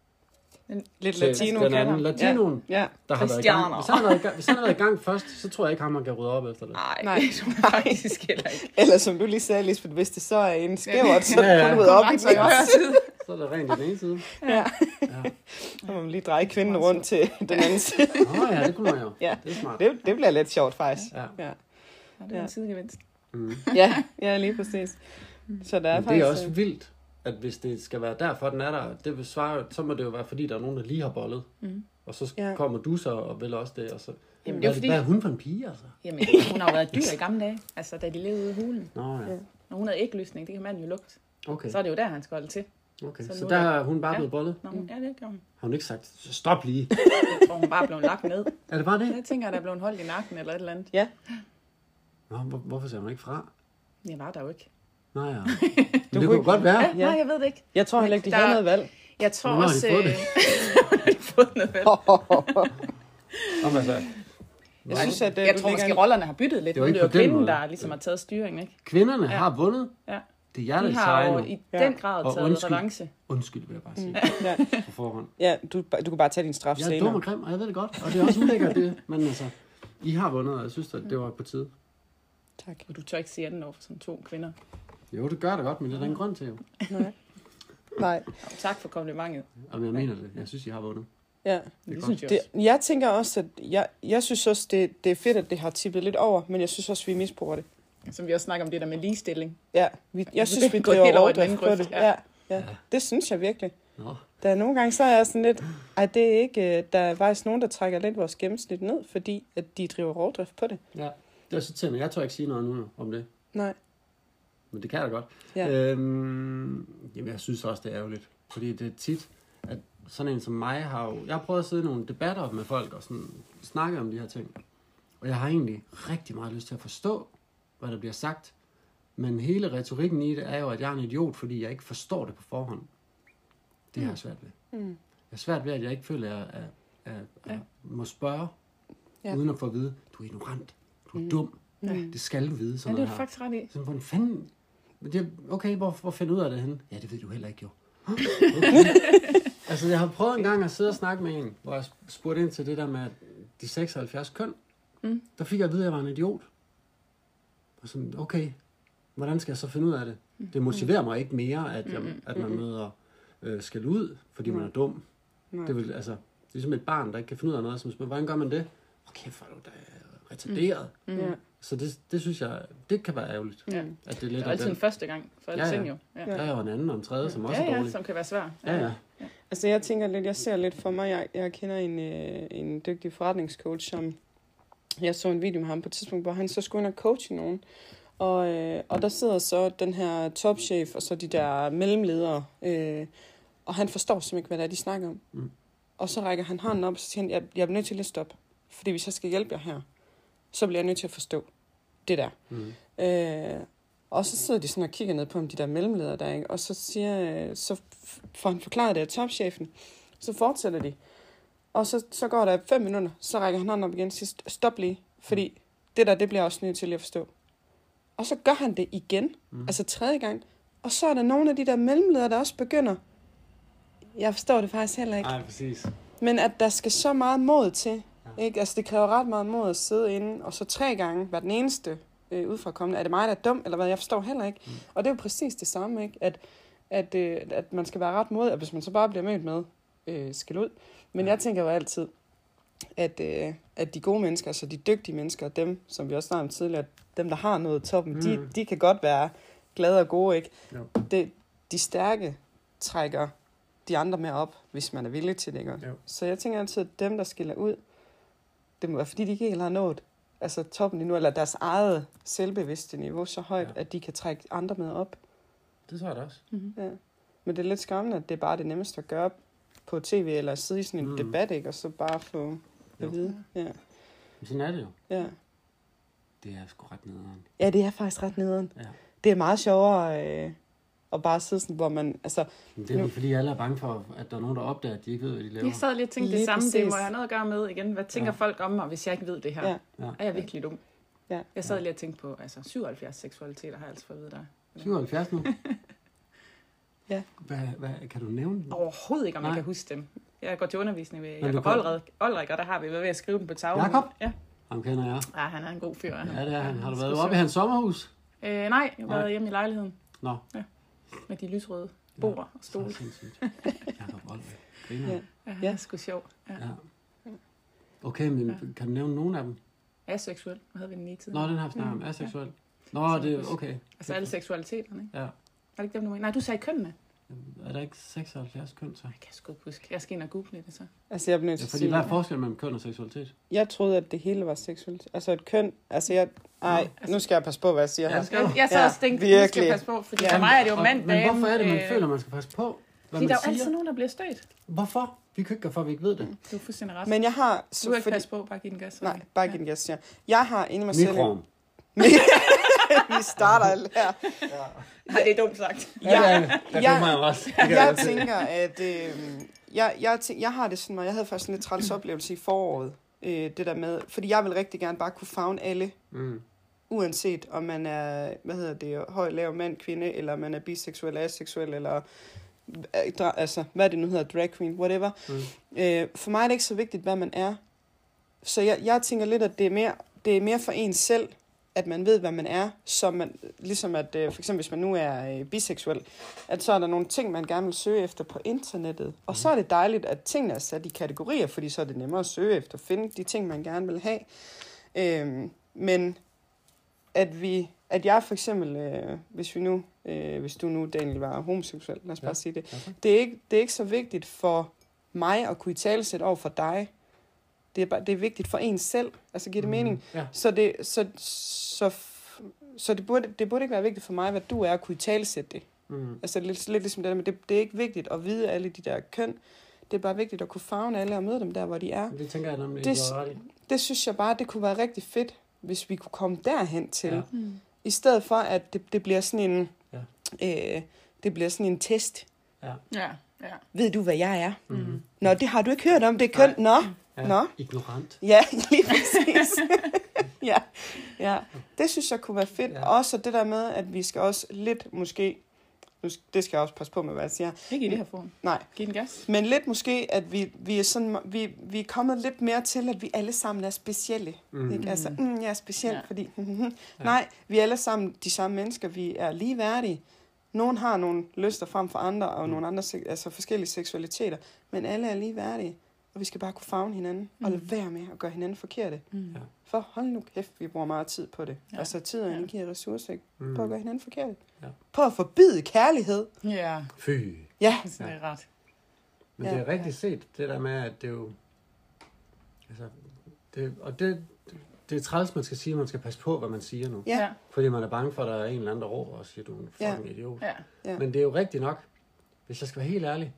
Lidt til latino den anden latinoen, Ja. der har været i gang. Christianer. Hvis han har været i gang, hvis han har været i gang først, så tror jeg ikke, ham man kan rydde op efter det. Nej, Nej. det tror jeg faktisk heller ikke. Eller som du lige sagde, Lisbeth, hvis det så er en skævert, så Ja, er ja. det kun ud op i Renser i højre side. Så er det rent i den ene side. Ja. Ja. Så må man lige dreje kvinden rundt til den anden side. Åh oh, ja, det kunne man jo. Ja. Det er smart. Det, det bliver lidt sjovt, faktisk. Ja. Ja, Ja, det er en sidegevinst. Mm. ja, ja lige præcis. Så der er Men det faktisk... er også vildt, at hvis det skal være derfor, den er der, det vil svare, så må det jo være, fordi der er nogen, der lige har bollet. Mm. Og så Ja. kommer du så og vil også det, og så... Jamen, hvad, det er fordi- hvad er hun for en pige, altså? Jamen, hun har jo været dyr i gamle dage. Altså, da de levede ude i hulen. Nå ja, Når hun havde ægløsning, det kan man jo lugte. okay. Så er det jo der, han skal holde til. okay. så Så nu der er det- har hun bare Ja. blevet bollet? Nå, mm. ja, det gør hun. Har hun ikke sagt, så stop lige? Jeg tror, hun bare er blevet lagt ned. Er det bare det? Jeg tænker, at der er blevet holdt i nakken eller et eller andet. Ja, Nå, hvor, hvorfor ser man ikke fra? Jeg var der jo ikke. Nej ja. Men kunne det kunne ikke- godt være. Ja, nej, jeg ved det ikke. jeg tror heller ikke, de Der- havde noget valg. Jeg tror Hvornår har de også... fået det? øh, har de fået noget valg? Om, altså, Jeg synes, at øh, Jeg du tror ligger måske, en- rollerne har byttet lidt. Det er jo Nu ikke er på den kvinden, måde. der ligesom har taget styringen, ikke? kvinderne Ja. har vundet. Ja. Det er jer, der De har jo sejrer nu. i Ja. den grad Og taget undskyld. revanche. Undskyld, vil jeg bare sige. Ja, På forhånd. ja du, du kan bare tage din straf Jeg er senere. dum og grim, og jeg ved det godt. Og det er også ulækkert, det. Men altså, I har vundet, og jeg synes, at det var på tide. Tak. Og du tør ikke sige anden over for sådan to kvinder. Jo, det gør det godt, men det er der ingen grund til, jo. Nej. Nej. Og tak for komplimentet. Og jeg mener det. Jeg synes, I har vundet. Ja. Det er Det godt. synes jeg Det, også. jeg tænker også, at jeg, jeg synes også, det, det er fedt, at det har tippet lidt over, men jeg synes også, vi misbruger det. Som vi også snakker om det der med ligestilling. Ja, vi, jeg Altså, synes, det vi er gået helt driver over i den rovdrift anden på det. grøft, Ja. ja. Ja, ja, det synes jeg virkelig. Nå. Der er nogle gange, så er jeg sådan lidt, at det er ikke, øh, der er faktisk nogen, der trækker lidt vores gennemsnit ned, fordi at de driver rovdrift på det. Ja, det er så til mig. Jeg tør ikke sige noget nu om det. Nej. Men det kan jeg da godt. Ja. Øhm, jamen, jeg synes også, det er ærgerligt. Fordi det er tit, at sådan en som mig har jo... Jeg har prøvet at sidde i nogle debatter med folk og sådan snakke om de her ting. Og jeg har egentlig rigtig meget lyst til at forstå, hvad der bliver sagt. Men hele retorikken i det er jo, at jeg er en idiot, fordi jeg ikke forstår det på forhånd. Det har jeg svært ved. Mm. Jeg er svært ved, at jeg ikke føler, at jeg, at, at, at Ja. må spørge, Ja. ja. uden at få at vide, du er ignorant, du er Mm. dum, Ja. det skal du vide. Ja, Sådan det er noget du her. faktisk ret i. Sådan, hvordan fanden... Men det, okay, hvor, hvor finder du ud af det henne? Ja, det ved du heller ikke, jo. Okay. Altså, jeg har prøvet en gang at sidde og snakke med en, hvor jeg spurgte ind til det der med de seksoghalvfjerds køn. Mm. Der fik jeg at vide, at jeg var en idiot. Og sådan, okay, hvordan skal jeg så finde ud af det? Det motiverer mig ikke mere, at, jeg, at man møder øh, skal ud, fordi man er dum. Nej. Det, vil, altså, det er ligesom et barn, der ikke kan finde ud af noget, som spørger, hvordan gør man det? Okay, for du da retarderet. Mm. Ja. Så det, det synes jeg, det kan være ærgerligt. Ja. At det er Det lidt er af altid den. en første gang for alle Ja, ja. ting jo. Ja, Der er jo en anden og en tredje, som også ja, er ja, dårlig. som kan være svær. Ja, ja. Altså jeg tænker lidt, jeg ser lidt for mig, jeg, jeg kender en, øh, en dygtig forretningscoach, som jeg så en video med ham på et tidspunkt, hvor han så skulle ind og coache nogen. Og, øh, og der sidder så den her topchef og så de der mellemledere, øh, og han forstår simpelthen ikke, hvad det er, de snakker om. Mm. Og så rækker han hånden op og så siger han, jeg, jeg bliver nødt til at stoppe. Fordi hvis jeg skal hjælpe jer her, så bliver jeg nødt til at forstå det der. Mm. Øh, og så sidder de sådan og kigger ned på ham, de der mellemledere der, ikke? Og så, siger, øh, så f- får han forklaret det af topchefen. Så fortsætter de. Og så, så går der fem minutter, så rækker han hånden op igen og siger, stop lige, fordi det der, det bliver jeg også nødt til lige at forstå. Og så gør han det igen, mm. altså tredje gang. Og så er der nogle af de der mellemledere, der også begynder. Jeg forstår det faktisk heller ikke. Nej, præcis. Men at der skal så meget mod til, ikke? Altså det kræver ret meget mod at sidde inde, og så tre gange være den eneste øh, udefrakommende. Er det mig, der er dum, eller hvad? Jeg forstår heller ikke. Mm. Og det er jo præcis det samme, ikke? At, at, øh, at man skal være ret modig, og hvis man så bare bliver mødt med øh, skæld ud. Men jeg tænker jo altid, at, øh, at de gode mennesker, altså de dygtige mennesker, dem, som vi også snakkede om tidligere, dem, der har nået toppen, mm. de, de kan godt være glade og gode, ikke? Det, de stærke trækker de andre med op, hvis man er villig til det, ikke? Så jeg tænker altid, at dem, der skiller ud, det må være, fordi de ikke helt har nået altså toppen endnu, eller deres eget selvbevidste niveau så højt, ja. At de kan trække andre med op. Det tror jeg da også. Mm-hmm. Ja. Men det er lidt skræmmende, at det er bare det nemmeste at gøre på tv, eller sidde i sådan en mm. debat, ikke? Og så bare få at vide. Ja. Men sådan er det jo. Ja. Det er sgu ret nederen. Ja, det er faktisk ret nederen. Ja. Det er meget sjovere øh, at bare sidde sådan, hvor man... Altså, men det er jo fordi, alle er bange for, at der er nogen, der opdager, at de ikke ved, hvad de laver. Jeg sad lige og tænkte det samme. Det må jeg have noget at gøre med igen. Hvad tænker ja. folk om mig, hvis jeg ikke ved det her? Ja. Ja. Er jeg virkelig dum? Ja. Jeg sad lige og tænkte på, altså syvoghalvfjerds seksualiteter har jeg altså fået at vide dig. syvoghalvfjerds nu? Ja. Hvad, hvad, kan du nævne dem? Overhovedet ikke, om Nej. jeg kan huske dem. Jeg går til undervisning ved Jakob Olrik, og der har vi været ved at skrive dem på tavlen. Jakob? Ja. Ham kender jeg. Ja, han er en god fyr. Ja, det er han. Har du været oppe i hans sommerhus? Øh, nej, jeg har været hjemme i lejligheden. Nå. Ja. Med de lysrøde bord ja, og stole. Så sindssygt. Jakob Olrik. Ja. Ja, det er sgu sjovt. Ja. Ja. Okay, men ja. kan du nævne nogen af dem? Aseksuel. Hvad havde vi den lige tid? Nå, den har vi snakket om. Aseksuel. Nå, det er okay. Altså alle seksualiteterne, ikke? Ja. Er det ikke dem, du mener? Nej, du sagde kønnene. Er der ikke seksoghalvfjerds køn, så? Jeg kan sgu ikke huske. Jeg skal ind og google det, så. Altså, jeg bliver ja, fordi hvad er forskel mellem køn og seksualitet? Jeg troede, at det hele var seksuelt. Altså et køn, altså jeg... Ej, nu skal jeg passe på, hvad jeg siger. Ja, jeg, jeg, jeg så også tænkte, ja, du skal passe på, fordi ja. for mig er det jo mand, Men hvorfor er det, man øh... føler, man skal passe på, hvad fordi man der er siger? jo altid nogen, der bliver stødt. Hvorfor? Vi kan ikke gøre for, at vi ikke ved det. Mm. Du er fuldstændig ret. Men jeg har... Så du kan ikke fordi... passe på, bare give den gas. Nej, bare give den gas, ja. Jeg har inde i mig selv... Vi starter alle her. Ja. Nej, det er dumt sagt. Ja, ja, ja. Jeg, jeg, også. jeg, jeg tænker, at øh, jeg, jeg, tænker, jeg har det sådan, og jeg havde faktisk en lidt træls oplevelse i foråret, øh, det der med, fordi jeg vil rigtig gerne bare kunne favne alle, mm. uanset om man er, hvad hedder det, høj, lav mand, kvinde, eller man er biseksuel, aseksuel, eller altså, hvad det nu hedder, drag queen, whatever. Mm. Øh, for mig er det ikke så vigtigt, hvad man er. Så jeg, jeg tænker lidt, at det er mere, det er mere for en selv, at man ved, hvad man er, så man, ligesom at, øh, for eksempel hvis man nu er øh, biseksuel, at så er der nogle ting, man gerne vil søge efter på internettet. Og så er det dejligt, at tingene er sat i kategorier, fordi så er det nemmere at søge efter, finde de ting, man gerne vil have. Øhm, men at vi, at jeg for eksempel, øh, hvis vi nu, øh, hvis du nu, Daniel, var homoseksuel, lad os bare ja. sige det, okay. det, er ikke, det er ikke så vigtigt for mig at kunne italesætte over for dig. Det er, bare, det er vigtigt for en selv. Altså, giver det mm, mening? Ja. Så, det, så, så, så det, burde, det burde ikke være vigtigt for mig, hvad du er, at kunne italesætte det. Mm. Altså, lidt, lidt ligesom det der, men det, det er ikke vigtigt at vide alle de der køn. Det er bare vigtigt at kunne favne alle og møde dem der, hvor de er. Det tænker jeg nemlig, det, det, det, det synes jeg bare, det kunne være rigtig fedt, hvis vi kunne komme derhen til. Ja. Mm. I stedet for, at det, det bliver sådan en... Ja. Øh, det bliver sådan en test. Ja. Ja. Ja. Ved du, hvad jeg er? Mm. Nå, det har du ikke hørt om, det er køn. Nå. Ja, Nå. Ignorant. Ja, lige præcis. ja. ja, det synes jeg kunne være fedt. Ja. Også det der med, at vi skal også lidt måske, det skal jeg også passe på med, hvad jeg siger. Ikke i det her form. Nej. Giv den gas. Men lidt måske, at vi, vi, er sådan, vi, vi er kommet lidt mere til, at vi alle sammen er specielle. Mm. Ikke? Altså, mm, jeg er speciel, ja. fordi... ja. Nej, vi er alle sammen de samme mennesker. Vi er ligeværdige. Nogle har nogle lyster frem for andre, og mm. nogle andre, altså forskellige seksualiteter. Men alle er ligeværdige. Og vi skal bare kunne favne hinanden, mm. og lade være med at gøre hinanden forkerte. Mm. For hold nu kæft, vi bruger meget tid på det. Ja. Altså tid og energi og ressourcer, mm. på at gøre hinanden forkerte. Ja. På at forbyde kærlighed. Ja. Fy. Ja. Det er ret. Men det er ja. rigtigt set, det der med, at det er jo... Altså, det, og det, det er træls, man skal sige, at man skal passe på, hvad man siger nu. Ja. Fordi man er bange for, at der er en eller anden, der råber og siger, du er en fucking ja. idiot. Ja. Ja. Men det er jo rigtigt nok. Hvis jeg skal være helt ærlig,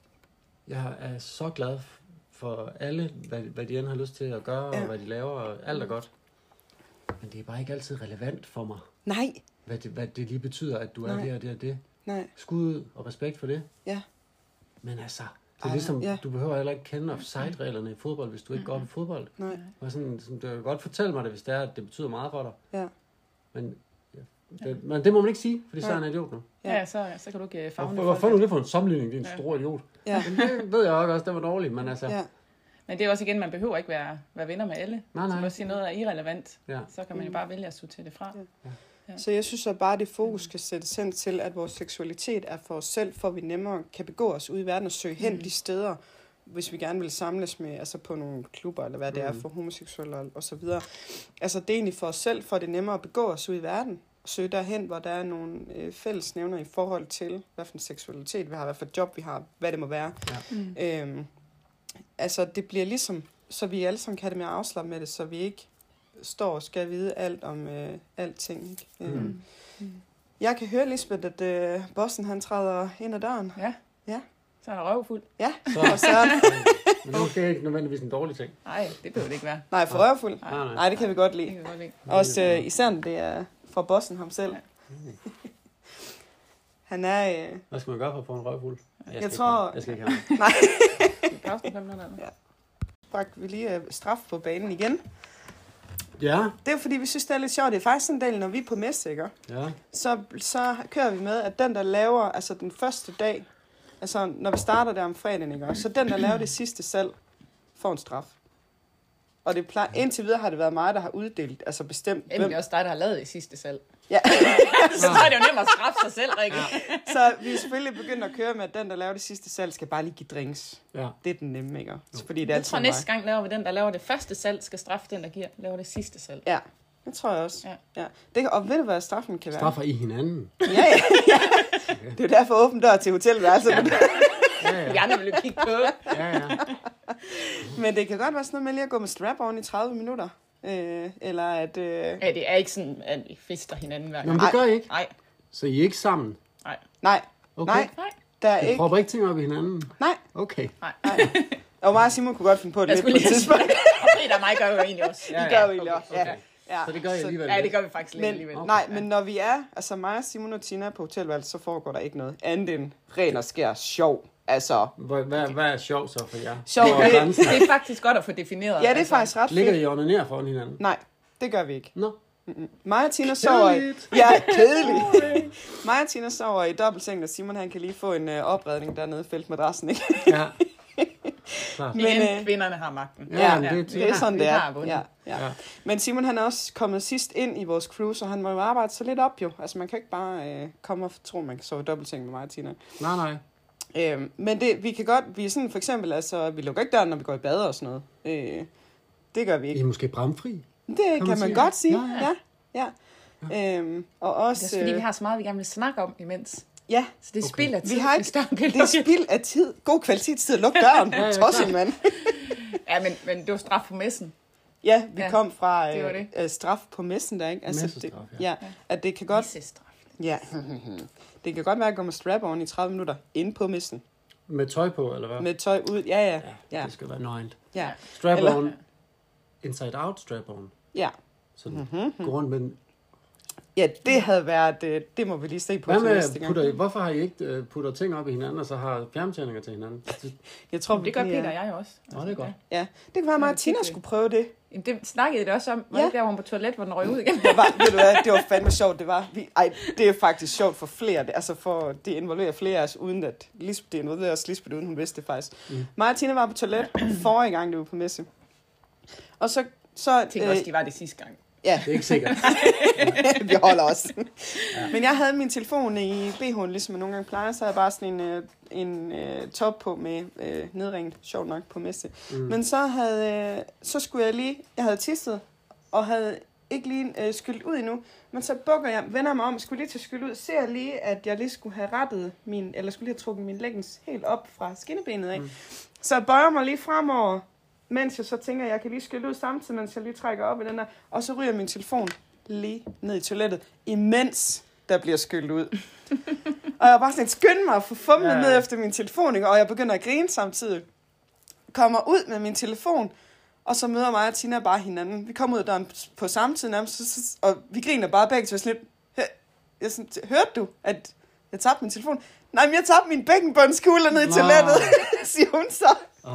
jeg er så glad for alle, hvad, hvad de end har lyst til at gøre, ja. og hvad de laver, og alt er godt. Men det er bare ikke altid relevant for mig. Nej. Hvad det, hvad det lige betyder, at du er Nej. det og det og det. Nej. Skud ud og respekt for det. Ja. Men altså, det er ligesom, ja. du behøver heller ikke kende offside-reglerne i fodbold, hvis du ikke går op i fodbold. Nej. Og sådan, sådan, du kan godt fortælle mig det, hvis det er, at det betyder meget for dig. Ja. Men, ja, det, men det må man ikke sige, fordi så er han en idiot nu. Ja, så, så kan du ikke favne det. Hvorfor nu det for en sammenligning, din ja. store idiot? Ja. Men det ved jeg også, det var dårligt, men altså... Ja. Men det er også igen, man behøver ikke være, være venner med alle. Nej, nej. Så hvis noget er irrelevant, ja. så kan man jo bare vælge at sortere det fra. Ja. Ja. Så jeg synes at bare, det fokus skal sættes hen til, at vores seksualitet er for os selv, for vi nemmere kan begå os ude i verden og søge hen mm. de steder, hvis vi gerne vil samles med, altså på nogle klubber, eller hvad det mm. er for homoseksuelle og, og så videre. Altså det er egentlig for os selv, for det er nemmere at begå os ude i verden, og søge derhen, hvor der er nogle øh, fællesnævner i forhold til, hvad for en seksualitet vi har, hvad for et job vi har, hvad det må være. Ja. Mm. Øhm, altså det bliver ligesom, så vi alle sammen kan have det med at afslappe med det, så vi ikke står og skal vide alt om øh, alting. Ikke? Mm. Øhm, mm. Jeg kan høre, Lisbeth, at øh, bossen han træder ind ad døren. Ja. Ja. Så er han røvfuld. Ja, så. Og så men det er måske ikke nødvendigvis en dårlig ting. Nej, det behøver det ikke være. Nej, for røvfuld. Nej. Nej, nej, det kan vi godt lide. Det kan vi godt lide. Også øh, især det er fra bossen ham selv. Ja. Han er... Øh... Hvad skal man gøre for at få en røvfuld? Jeg, jeg tror... Jeg skal ikke have nej. Ja. Bragte vi lige øh, straf på banen igen. Ja. Det er fordi, vi synes, det er lidt sjovt. Det er faktisk sådan en del, når vi er på messe, ikke? Ja. Så, så kører vi med, at den, der laver, altså den første dag, altså når vi starter der om fredagen, ikke? Så den, der laver det sidste salg, får en straf. Og det plejer, indtil videre har det været mig, der har uddelt, altså bestemt. Jamen, det er også dig, der har lavet det sidste salg. Ja. Så er det jo nemt at straffe sig selv, Rikke. Ja. Så vi er selvfølgelig begyndt at køre med, at den, der laver det sidste salg, skal bare lige give drinks. Ja. Det er den nemme, ikke? Fordi det er jeg tror, næste gang laver vi den, der laver det første salg, skal straffe den, der giver, laver det sidste salg. Ja, det tror jeg også. Ja. Ja. Det, og ved du, hvad straffen kan være? Straffer I hinanden? Ja, ja. ja. Okay. Det er jo derfor åben dør til hotelværelset. Ja. Ja, ja. Vi andre vil jo kigge på. Ja, ja. Men det kan godt være sådan noget med lige at gå med strap-on i tredive minutter. Øh, eller at... Øh... Ja, det er ikke sådan, at I fister hinanden hver gang. Jamen, det gør I ikke? Nej. Så I er ikke sammen? Nej. Nej. Okay. Nej. Der er I ikke... prøver ikke ting op i hinanden? Nej. Okay. Nej. Nej. Og mig og Simon kunne godt finde på det lidt på et tidspunkt. Og Peter og mig gør jo egentlig også. Ja, ja. I gør jo egentlig også, ja. Okay. Ja. Så det gør I alligevel? Ja, det gør vi faktisk lidt men, alligevel. Okay. Nej, men når vi er, altså mig, Simon og Tina på hotelværelset, så foregår der ikke noget andet end ren og skær sjov. Altså, hvad, hvad, hvad er sjov så for jer? Sjov, det, det er faktisk godt at få defineret. Ja, det er altså. faktisk ret fedt. Ligger I og onanerer foran hinanden? Nej, det gør vi ikke. Nå. Mm-mm. Mig og Tina sover i... Ja, kedeligt. Mig og Tina sover i dobbeltseng, og Simon han kan lige få en øh, opredning dernede i feltmadrassen, ikke? Ja. Men øh, kvinderne har magten. Ja, ja, det, det er sådan, det er. Ja, ja. Ja. Men Simon han er også kommet sidst ind i vores crew, så han må jo arbejde så lidt op jo. Altså man kan ikke bare øh, komme og tro, man kan sove i dobbeltseng med mig og Tina. Nej, nej. Øh, men det, vi kan godt, vi er sådan for eksempel, altså vi lukker ikke døren, når vi går i bad og sådan noget. Øh, det gør vi ikke. I er måske bramfri? Det kan, kan man, man godt sige, ja. ja. ja. ja. Øhm, og også, det er også fordi, vi har så meget, vi gerne vil snakke om imens. Ja. Så det er okay. Spild af tid. Vi har ikke, det er spild af tid. God kvalitetstid at lukke døren. ja, ja, Tosset, mand. ja, men, men det var straf på messen. Ja, vi ja, kom fra det det. Øh, straf på messen der, ikke? Altså, det, ja. ja. At det kan godt... Messestraf. Ja. Det kan godt være at gå med strap-on i tredive minutter inde på messen. Med tøj på, eller hvad? Med tøj ud, ja, ja. Ja, ja. det skal være nøgent. Ja. Strap-on. Eller... Inside out strap-on. Ja. Sådan mm-hmm. gå rundt med den. Ja, det havde været, det må vi lige se på til næste gang. Putter, hvorfor har I ikke puttet ting op i hinanden, og så har fjernbetjeninger til hinanden? Jeg tror, det gør Peter og jeg også. Nå, det er godt. Ja, det kan være, at Martina skulle prøve det. Det snakkede det også om. Var det der, hvor hun på toilet, hvor den røg ud igen? Det var, ved du hvad, det var fandme sjovt. Det var, vi, ej, det er faktisk sjovt for flere. Det, altså for, det involverer flere af os, uden at Lisbeth, det involverer os Lisbeth, uden hun vidste det faktisk. Mm. Martina var på toilet forrige gang, det var på messe. Og så... så jeg tænker øh, også, de var det sidste gang. Ja. Det er ikke sikkert. Vi holder os. Ja. Men jeg havde min telefon i B H'en, ligesom jeg nogle gange plejer, så havde jeg bare sådan en, en uh, top på med uh, nedringet, sjovt nok, på messe. Mm. Men så havde, uh, så skulle jeg lige, jeg havde tisset, og havde ikke lige uh, skyldt ud endnu, men så bukker jeg, vender mig om, skulle lige til skylde ud, ser lige, at jeg lige skulle have rettet min, eller skulle lige have trukket min leggings helt op fra skinnebenet af. Mm. Så jeg bøjer mig lige fremover, mens jeg så tænker, at jeg kan lige skylde ud samtidig, mens jeg lige trækker op i den der. Og så ryger min telefon lige ned i toilettet, imens der bliver skyllet ud. Og jeg var bare sådan, skynd mig at få fumlet ja. ned efter min telefon, ikke? Og jeg begynder at grine samtidig. Kommer ud med min telefon, og så møder mig og Tina bare hinanden. Vi kommer ud af døren på samme tid nærmest, og vi griner bare begge til sådan lidt. Jeg sådan, hørte du, at jeg tabte min telefon? Nej, men jeg tabte min bækkenbundskugle ned i toilettet, siger hun så.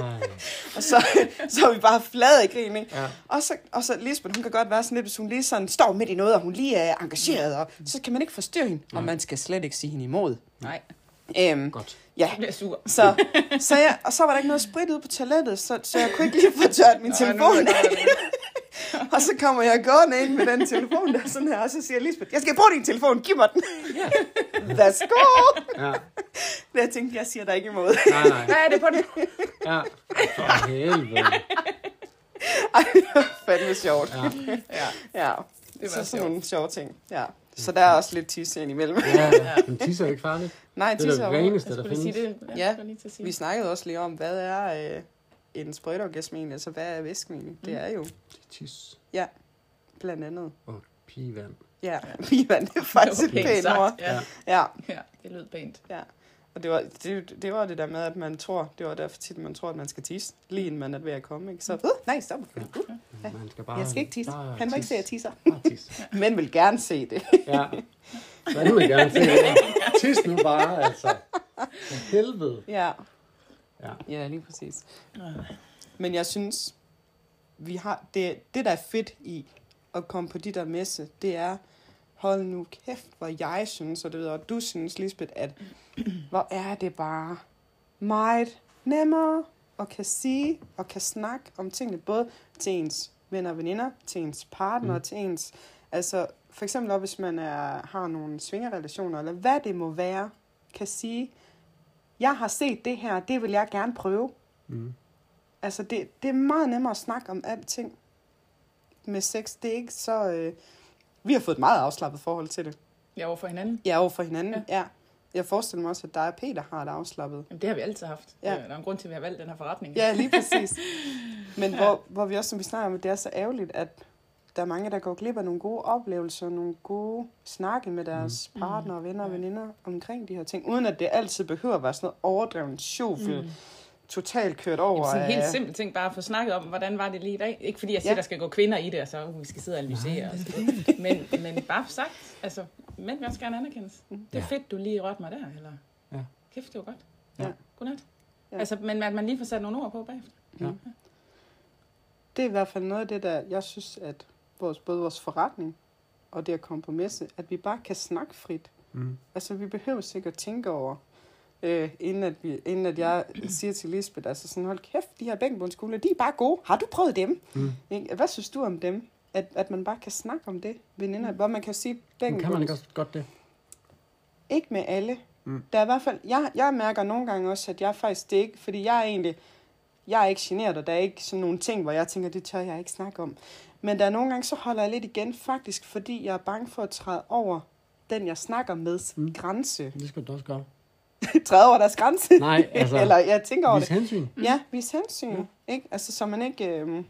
Og så, så er vi bare flade i grin, ikke? Ja. Og så, og så Lisbeth, hun kan godt være sådan lidt, hvis hun lige sådan står midt i noget, og hun lige er engageret, og så kan man ikke forstyrre hende, og man skal slet ikke sige hende imod. Nej. Øhm, godt. Ja. Jeg bliver sur. Så, så jeg, og så var der ikke noget sprit ude på toilettet, så, så jeg kunne ikke lige få tørt min telefon. Og så kommer jeg gående ind med den telefon der sådan her, og så siger Lisbeth, jeg skal bruge din telefon, giv mig den. Ja. Let's go! Ja. Jeg tænkte, jeg siger der ikke imod. Nej, nej. Hvad er det på den? Ja. For helvede. Ej, det var fandme sjovt. Ja. Ja. Ja, Det var så sådan sjovt. nogle sjove ting. Ja. Så der er også lidt tisse ind imellem. Ja, ja. Men tisser er jo ikke farligt. Nej, Det er tisse det er reneste, Jeg der skulle findes. sige det. Jeg Ja. skulle lige til at sige. Vi snakkede også lige om, hvad er øh, en sprøjteorgasme egentlig? Altså, hvad er væsken egentlig? Det er jo Det er tis blandt andet. og pigevand. Ja, pigevand, det er faktisk et Det var pænt sagt, ord. Ja. Ja, ja, det lød pænt. ja. Og det var det, det var det der med, at man tror, det var derfor tit, man tror, at man skal tisse, lige inden man er ved at komme, ikke? Så, uh, nej, stop. Uh, Man skal bare... jeg skal ikke tisse. bare Han må ikke se, at jeg tisse. tisser. Bare tisse. Men vil gerne se det. Ja. Så nu vil jeg gerne se det. Tis nu bare, altså. For helvede. Ja. Ja. Ja, lige præcis. Men jeg synes, vi har det, det der er fedt i at komme på de der messe, det er, hold nu kæft, hvor jeg synes, og det ved jeg, og du synes, Lisbeth, at hvor er det bare meget nemmere at kan sige og kan snakke om tingene, både til ens venner og veninder, til ens partner, mm. til ens, altså for eksempel hvis man er, har nogle svingerrelationer, eller hvad det må være, kan sige, jeg har set det her, det vil jeg gerne prøve. Mm. Altså, det, det er meget nemmere at snakke om alting med sex. Det er ikke så... Øh... Vi har fået et meget afslappet forhold til det. Ja, over for hinanden. Ja, over for hinanden, Ja. ja. ja. Jeg forestiller mig også, at dig og Peter har et afslappet. Jamen, det har vi altid haft. Ja. Ja. Der er en grund til, at vi har valgt den her forretning. Ja, lige præcis. Men ja. hvor, hvor vi også, som vi snakker om, det er så ærgerligt, at der er mange, der går glip af nogle gode oplevelser, nogle gode snakke med deres mm. partner, venner og veninder omkring de her ting, uden at det altid behøver at være sådan noget overdrevet sjovfyldt. Mm. Totalt kørt over. Jamen, sådan en helt af... simpel ting, bare at få snakket om, hvordan var det lige i dag. Ikke fordi jeg siger, Ja. der skal gå kvinder i det, og så uh, vi skal sidde og analysere. Nej, og sådan. men, men bare for sagt, altså, mænd vil også gerne anerkendes. Det er Ja. fedt, du lige rørte mig der, eller Ja. kæft, det var godt. Ja. Godnat. Ja. Altså, men at man lige får sat nogle ord på bagefter. Ja. Det er i hvert fald noget af det, der jeg synes, at vores, både vores forretning og det at komme på messe, at vi bare kan snakke frit. Mm. Altså, vi behøver sikkert tænke over, øh, inden, at vi, inden at jeg siger til Lisbeth, altså sådan, hold kæft, de her bækkenbundskugler, de er bare gode. Har du prøvet dem? Mm. Ikke? Hvad synes du om dem? At, at man bare kan snakke om det, veninder, hvor man kan sige Men bækkenbunds... kan man ikke også godt det? Ikke med alle. Mm. Der er i hvert fald, jeg, jeg mærker nogle gange også, at jeg faktisk det ikke, fordi jeg er egentlig, jeg er ikke generet, og der er ikke sådan nogle ting, hvor jeg tænker, det tør jeg ikke snakke om. Men der er nogle gange, så holder jeg lidt igen, faktisk, fordi jeg er bange for at træde over den, jeg snakker med, mm. grænse. Det skal du også gøre. træde over deres grænse? Nej, altså... Eller jeg tænker over vis det. hensyn. Ja, vis hensyn. Ja. Ikke? Altså, så man ikke... Øh,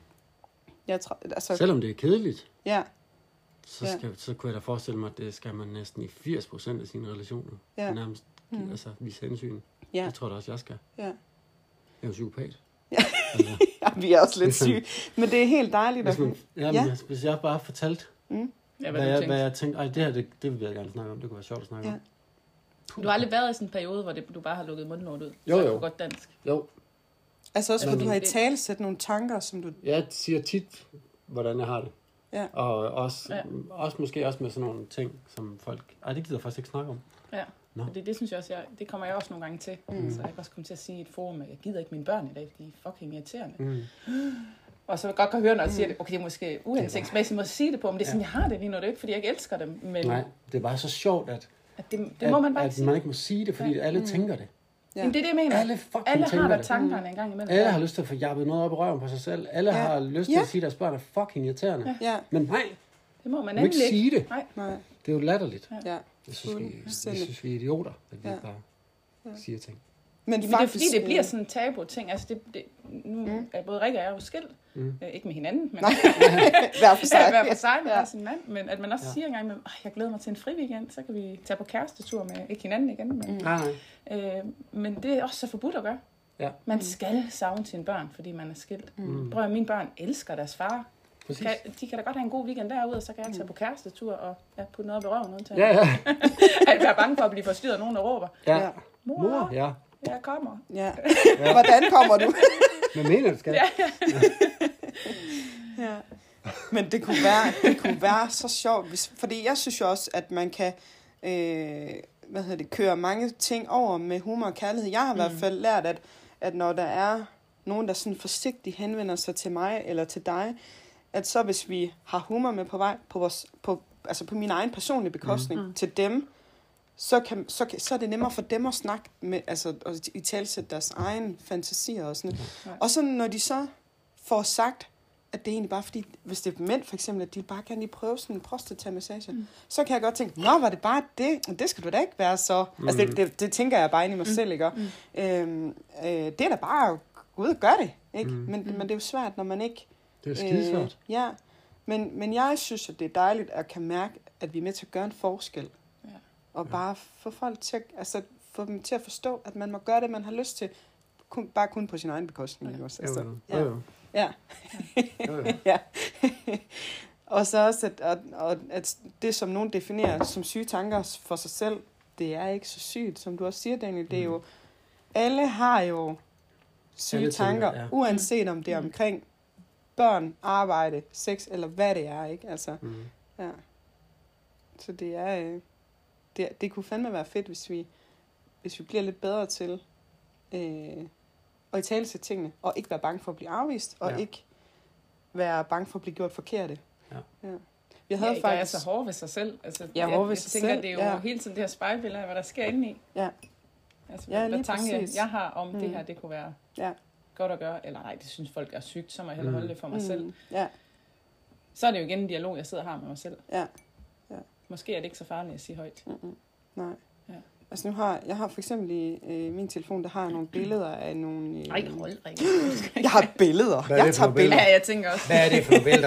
jeg træ, altså, Selvom det er kedeligt, ja, så, Ja. skal, så kunne jeg da forestille mig, at det skal man næsten i firs procent af sine relationer. Ja. Nærmest Mm. altså, vise hensyn. ja, Det tror jeg da også, jeg skal. ja. Jeg er jo psykopat. Ja. Altså, ja, vi er også lidt syge. Men det er helt dejligt. hvis, At, man, ja, Ja. ja. Hvis jeg bare fortalte, mm, Ja, hvad, hvad, hvad, du jeg, tænkte. hvad jeg tænkte, ej, det her, det, det vil jeg gerne snakke om. Det kunne være sjovt at snakke Ja. om. Du har aldrig været i sådan en periode, hvor det, du bare har lukket mundlort ud. Jo, Så jo. på godt dansk. Jo, altså også, hvor Altså, du har i det- tale sæt nogle tanker, som du... jeg siger tit, hvordan jeg har det. Ja. Og også, Ja. ja. også måske også med sådan nogle ting, som folk... Ej, det gider jeg faktisk ikke snakke om. Ja. Nå. Det, det synes jeg også, jeg, det kommer jeg også nogle gange til. Mm. Så jeg kan også komme til at sige i et forum, at jeg gider ikke mine børn i dag, de er fucking irriterende. Mm. Og så godt kan høre, når jeg siger det, okay, det er måske uhensigtsmæssigt måde at sige det på, men det er sådan, Ja. jeg har det lige nu, det er ikke, fordi jeg ikke elsker dem, men Nej, det er bare så sjovt, at, at det, det må man bare at, ikke at sige. man ikke må sige det, fordi Ja. alle Mm. tænker det. Ja. Jamen, det er det, jeg mener. Alle fucking Alle tænker har da det. tankerne en gang imellem. Alle har lyst til at få jappet noget op i røven på sig selv. Alle Ja. har lyst til Ja. at sige, at deres børn er fucking irriterende. Ja. Ja, Men nej, Det må man du må ikke endelig sige det. Nej. nej, Det er jo latterligt. ja. Jeg synes, vi, jeg Fuldstændig. synes, vi er idioter, at vi Ja. ikke bare Ja. siger ting. Men Jamen, det er faktisk, fordi, det bliver øh, sådan en tabu-ting. Altså, det, det, nu Mm. er både Rikke og jeg jo skilt. Mm. Øh, ikke med hinanden, men Nej. hver for sig. hver for sig med Ja. ja. sin mand. Men at man også Ja. siger engang, med, jeg glæder mig til en fri weekend, så kan vi tage på kærestetur med ikke hinanden igen. Men, Mm. Nej, nej. øh, men det er også så forbudt at gøre. Ja. Man skal savne sine børn, fordi man er skilt. Mm. Prøv at mine børn elsker deres far. Præcis. Kan, de kan da godt have en god weekend derude, og så kan jeg tage på kærestetur og ja, putte noget op i røven. Uden til Ja, ja. at være bange for at blive forstyrret af nogen, der råber, Ja. Ja. mor, Mor, ja. jeg kommer. Ja. Hvordan kommer du? Hvad mener du, skal? Ja. Ja. Men det kunne være, det kunne være så sjovt, hvis, fordi jeg synes jo også, at man kan øh, hvad hedder det, køre mange ting over med humor og kærlighed. Jeg har i hvert fald lært, at, at når der er nogen, der sådan forsigtigt henvender sig til mig eller til dig, at så hvis vi har humor med på vej, på, vores, på, altså på min egen personlige bekostning mm. til dem, så, kan, så, kan, så er det nemmere for dem at snakke med, altså at i talsætte deres egen fantasier og sådan noget. Og så når de så får sagt, at det er egentlig bare fordi, hvis det er mænd for eksempel, at de bare gerne lige prøve sådan en prostata-massage, mm. så kan jeg godt tænke, nå, var det bare det? Det skal du da ikke være så. Mm. Altså, det, det, det tænker jeg bare ind i mig mm. selv, ikke? Mm. Øhm, øh, det er da bare gå ud og gøre det, ikke? Mm. Men, men det er jo svært, når man ikke... Det er skidesvært. Øh, ja, men, men jeg synes, at det er dejligt at kan mærke, at vi er med til at gøre en forskel. Ja. Og ja. bare få folk til at, altså, få dem til at forstå, at man må gøre det, man har lyst til, kun, bare kun på sin egen bekostning. Ja. Også. Altså, ja. Jo, jo. Ja. Jo, jo. ja. Og så også, at, at, at det, som nogen definerer som syge tanker for sig selv, det er ikke så sygt, som du også siger, Daniel. Det er jo, alle har jo syge alle tanker, tænker, ja. uanset om det er omkring børn, arbejde, sex, eller hvad det er, ikke? Altså, mm. ja. Så det er, det, det kunne fandme være fedt, hvis vi, hvis vi bliver lidt bedre til øh, at italesætte tingene, og ikke være bange for at blive afvist, og ja. ikke være bange for at blive gjort forkerte. Ja. Ja. Vi havde ja, faktisk... er så hård ved sig selv. Altså, ja, hård ved sig tænker, selv. Det er jo ja. hele tiden det her spejlbillede af, hvad der sker inde i. Ja. Altså, ja, hvad tanke præcis. jeg har om mm. det her, det kunne være ja. godt at gøre, eller nej, det synes folk er sygt, så må jeg hellere mm. holde det for mig mm. selv. Ja. Så er det jo igen en dialog, jeg sidder og har med mig selv. Ja. Ja. Måske er det ikke så farligt at sige højt. Mm-mm. Nej. Ja. Altså nu har jeg har for eksempel i øh, min telefon, der har jeg nogle billeder af nogle... Øh... Ej, hold Rikke. Jeg har billeder. Hvad jeg tager billeder. Ja, jeg tænker også. Hvad er det for nogle billeder?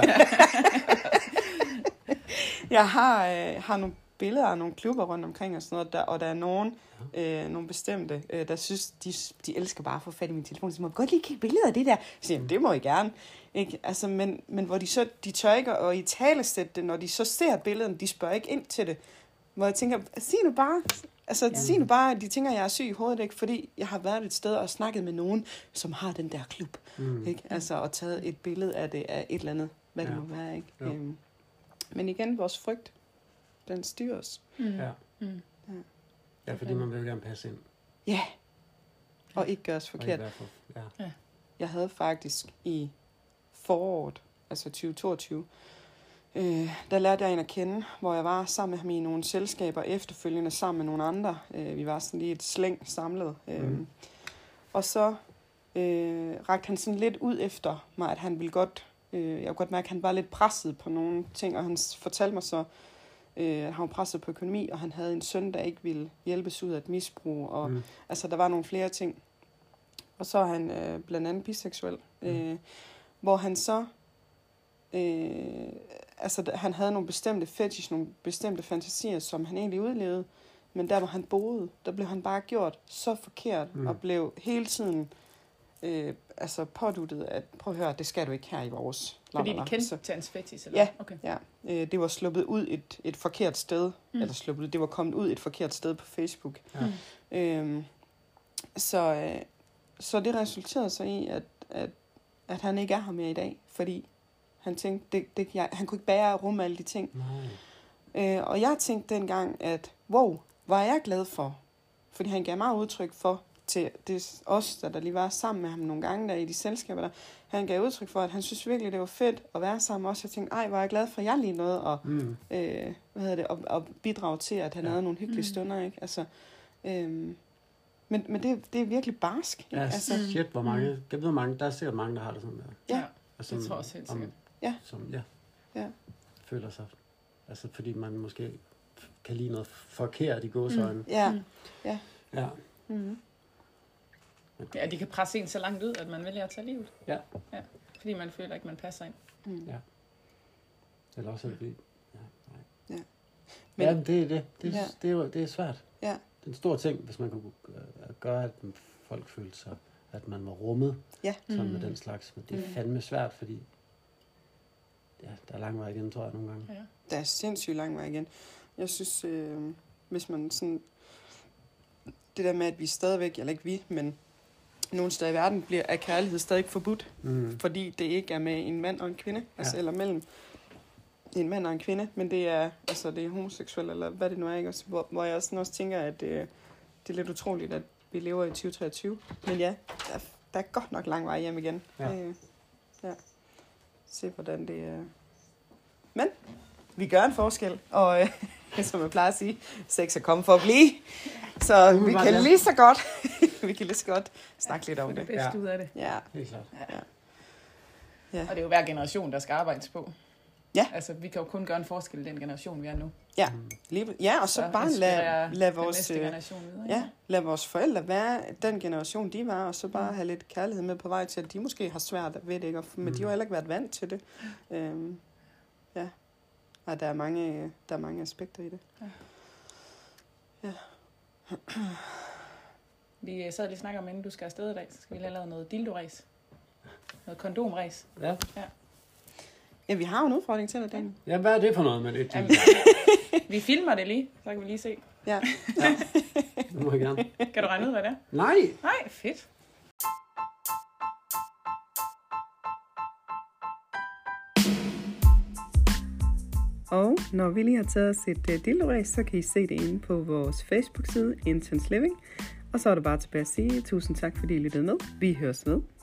jeg har, øh, har nogle billeder af nogle klubber rundt omkring og sådan noget, der, og der er nogen, øh, nogle bestemte, øh, der synes, de, de elsker bare at få fat i min telefon. Så må godt lige kigge billeder af det der. Så siger jeg, det må I gerne. Ikke? Altså, men, men hvor de så, de tør ikke at italesætte det, når de så ser billederne, de spørger ikke ind til det. Hvor jeg tænker, sig nu bare, altså ja. sig nu bare, at de tænker, at jeg er syg i hovedet, ikke? Fordi jeg har været et sted og snakket med nogen, som har den der klub. Mm. Ikke? Altså, og taget et billede af det, af et eller andet, hvad ja. det må være. Ikke? Øhm, men igen, vores frygt, den styrer os. Mm. Ja. Mm. Ja. Ja, fordi man vil jo gerne passe ind. Ja, og ikke gøre os forkert. For, ja. Ja. Jeg havde faktisk i foråret, altså tyve toogtyve, øh, der lærte jeg en at kende, hvor jeg var sammen med ham i nogle selskaber, efterfølgende sammen med nogle andre. Øh, vi var sådan lige et slæng samlet. Øh, mm. Og så øh, rakte han sådan lidt ud efter mig, at han ville godt, øh, jeg kunne godt mærke, at han var lidt presset på nogle ting, og han fortalte mig så, Øh, han var presset på økonomi, og han havde en søn, der ikke ville hjælpes ud af et misbrug, og mm. altså der var nogle flere ting. Og så er han øh, blandt andet biseksuel, mm. øh, hvor han så, øh, altså han havde nogle bestemte fetish, nogle bestemte fantasier, som han egentlig udlevede, men der hvor han boede, der blev han bare gjort så forkert, mm. og blev hele tiden øh, altså påduttet, at prøv at høre, det skal du ikke her i vores Fordi lammer. de kendte så, til hans fetish, eller? Ja, okay. ja. Øh, det var sluppet ud et, et forkert sted, mm. eller sluppet, det var kommet ud et forkert sted på Facebook. Ja. Øhm, så, øh, så det resulterede sig i, at, at, at han ikke er her mere i dag, fordi han tænkte, det, det, jeg, han kunne ikke bære at rumme alle de ting. Øh, og jeg tænkte dengang, at wow, var jeg glad for, fordi han gav meget udtryk for, til det os, der, der lige var sammen med ham nogle gange der i de selskaber der, han gav udtryk for, at han synes virkelig, det var fedt at være sammen med os. Jeg tænkte, ej, var jeg glad for, at jeg lige noget og, mm. øh, hvad hedder det, og, og bidrage til, at han ja. havde nogle hyggelige mm. stunder, ikke? Altså, øhm, men, men det, det er virkelig barsk. Ikke? Ja, altså, shit, hvor mange, mm. jeg ved mange, der er sikkert mange, der har det sådan der. Ja, altså, det tror jeg også helt sikkert. Ja. Som, ja, ja. føler sig, altså fordi man måske kan lide noget forkert i gåseøjne. Mm. Ja, ja. Ja. Mm. Ja, de kan presse en så langt ud, at man vælger at tage livet. Ja. Ja. Fordi man føler ikke, man passer ind. Mm. Ja. Eller også er det fordi... Ja, nej. Ja. Men, ja, det er det. Det, ja. det, er, det er svært. Ja. Det er en stor ting, hvis man kunne gøre, at folk følte sig, at man var rummet. Ja. Sådan mm. med den slags. Men det er fandme svært, fordi... Ja, der er lang vej igen, tror jeg, nogle gange. Ja. Der er sindssygt lang vej igen. Jeg synes, øh, hvis man sådan... Det der med, at vi stadigvæk, eller ikke vi, men nogle steder i verden, bliver af kærlighed stadig forbudt. Mm. Fordi det ikke er med en mand og en kvinde. Ja. Altså, eller mellem en mand og en kvinde. Men det er, altså, det er homoseksuel, eller hvad det nu er. Ikke? Også, hvor, hvor jeg sådan også tænker, at det, det er lidt utroligt, at vi lever i tyve treogtyve. Men ja, der, der er godt nok lang vej hjem igen. Ja. Øh, ja. se, hvordan det er. Men vi gør en forskel, og øh, som jeg plejer at sige, sex er kommet for at blive. Så vi kan lige så godt, vi kan lige så godt snakke lidt om det. Det bedste ja. ud af det. Ja, helt klart. Ja. Ja. Og det er jo hver generation, der skal arbejdes på. Ja. Altså, vi kan jo kun gøre en forskel i den generation, vi er nu. Ja, lige, ja og så, så bare lad, lad, vores, videre, ja, lad vores forældre være den generation, de var, og så bare mm. have lidt kærlighed med på vej til, at de måske har svært ved det, ikke? Men mm. de har heller ikke været vant til det. Øhm, ja, og der er mange, der er mange aspekter i det. Ja. Ja. Vi sad lige snakker om, inden du skal afsted i dag, så skal vi lige lave noget dildo-ræs. Noget kondomræs. Ja. Ja. Ja, vi har jo en udfordring til dig, Daniel. Ja, hvad er det for noget med det? Jamen, vi filmer det lige, så kan vi lige se. Ja. Ja. Det må jeg gerne. Kan du regne ud, hvad det er? Nej. Nej, fedt. Og når vi lige har taget os et uh, dildo-ræs, så kan I se det inde på vores Facebook-side, Intense Living. Og så er det bare tilbage at sige tusind tak, fordi I lyttede med. Vi høres med.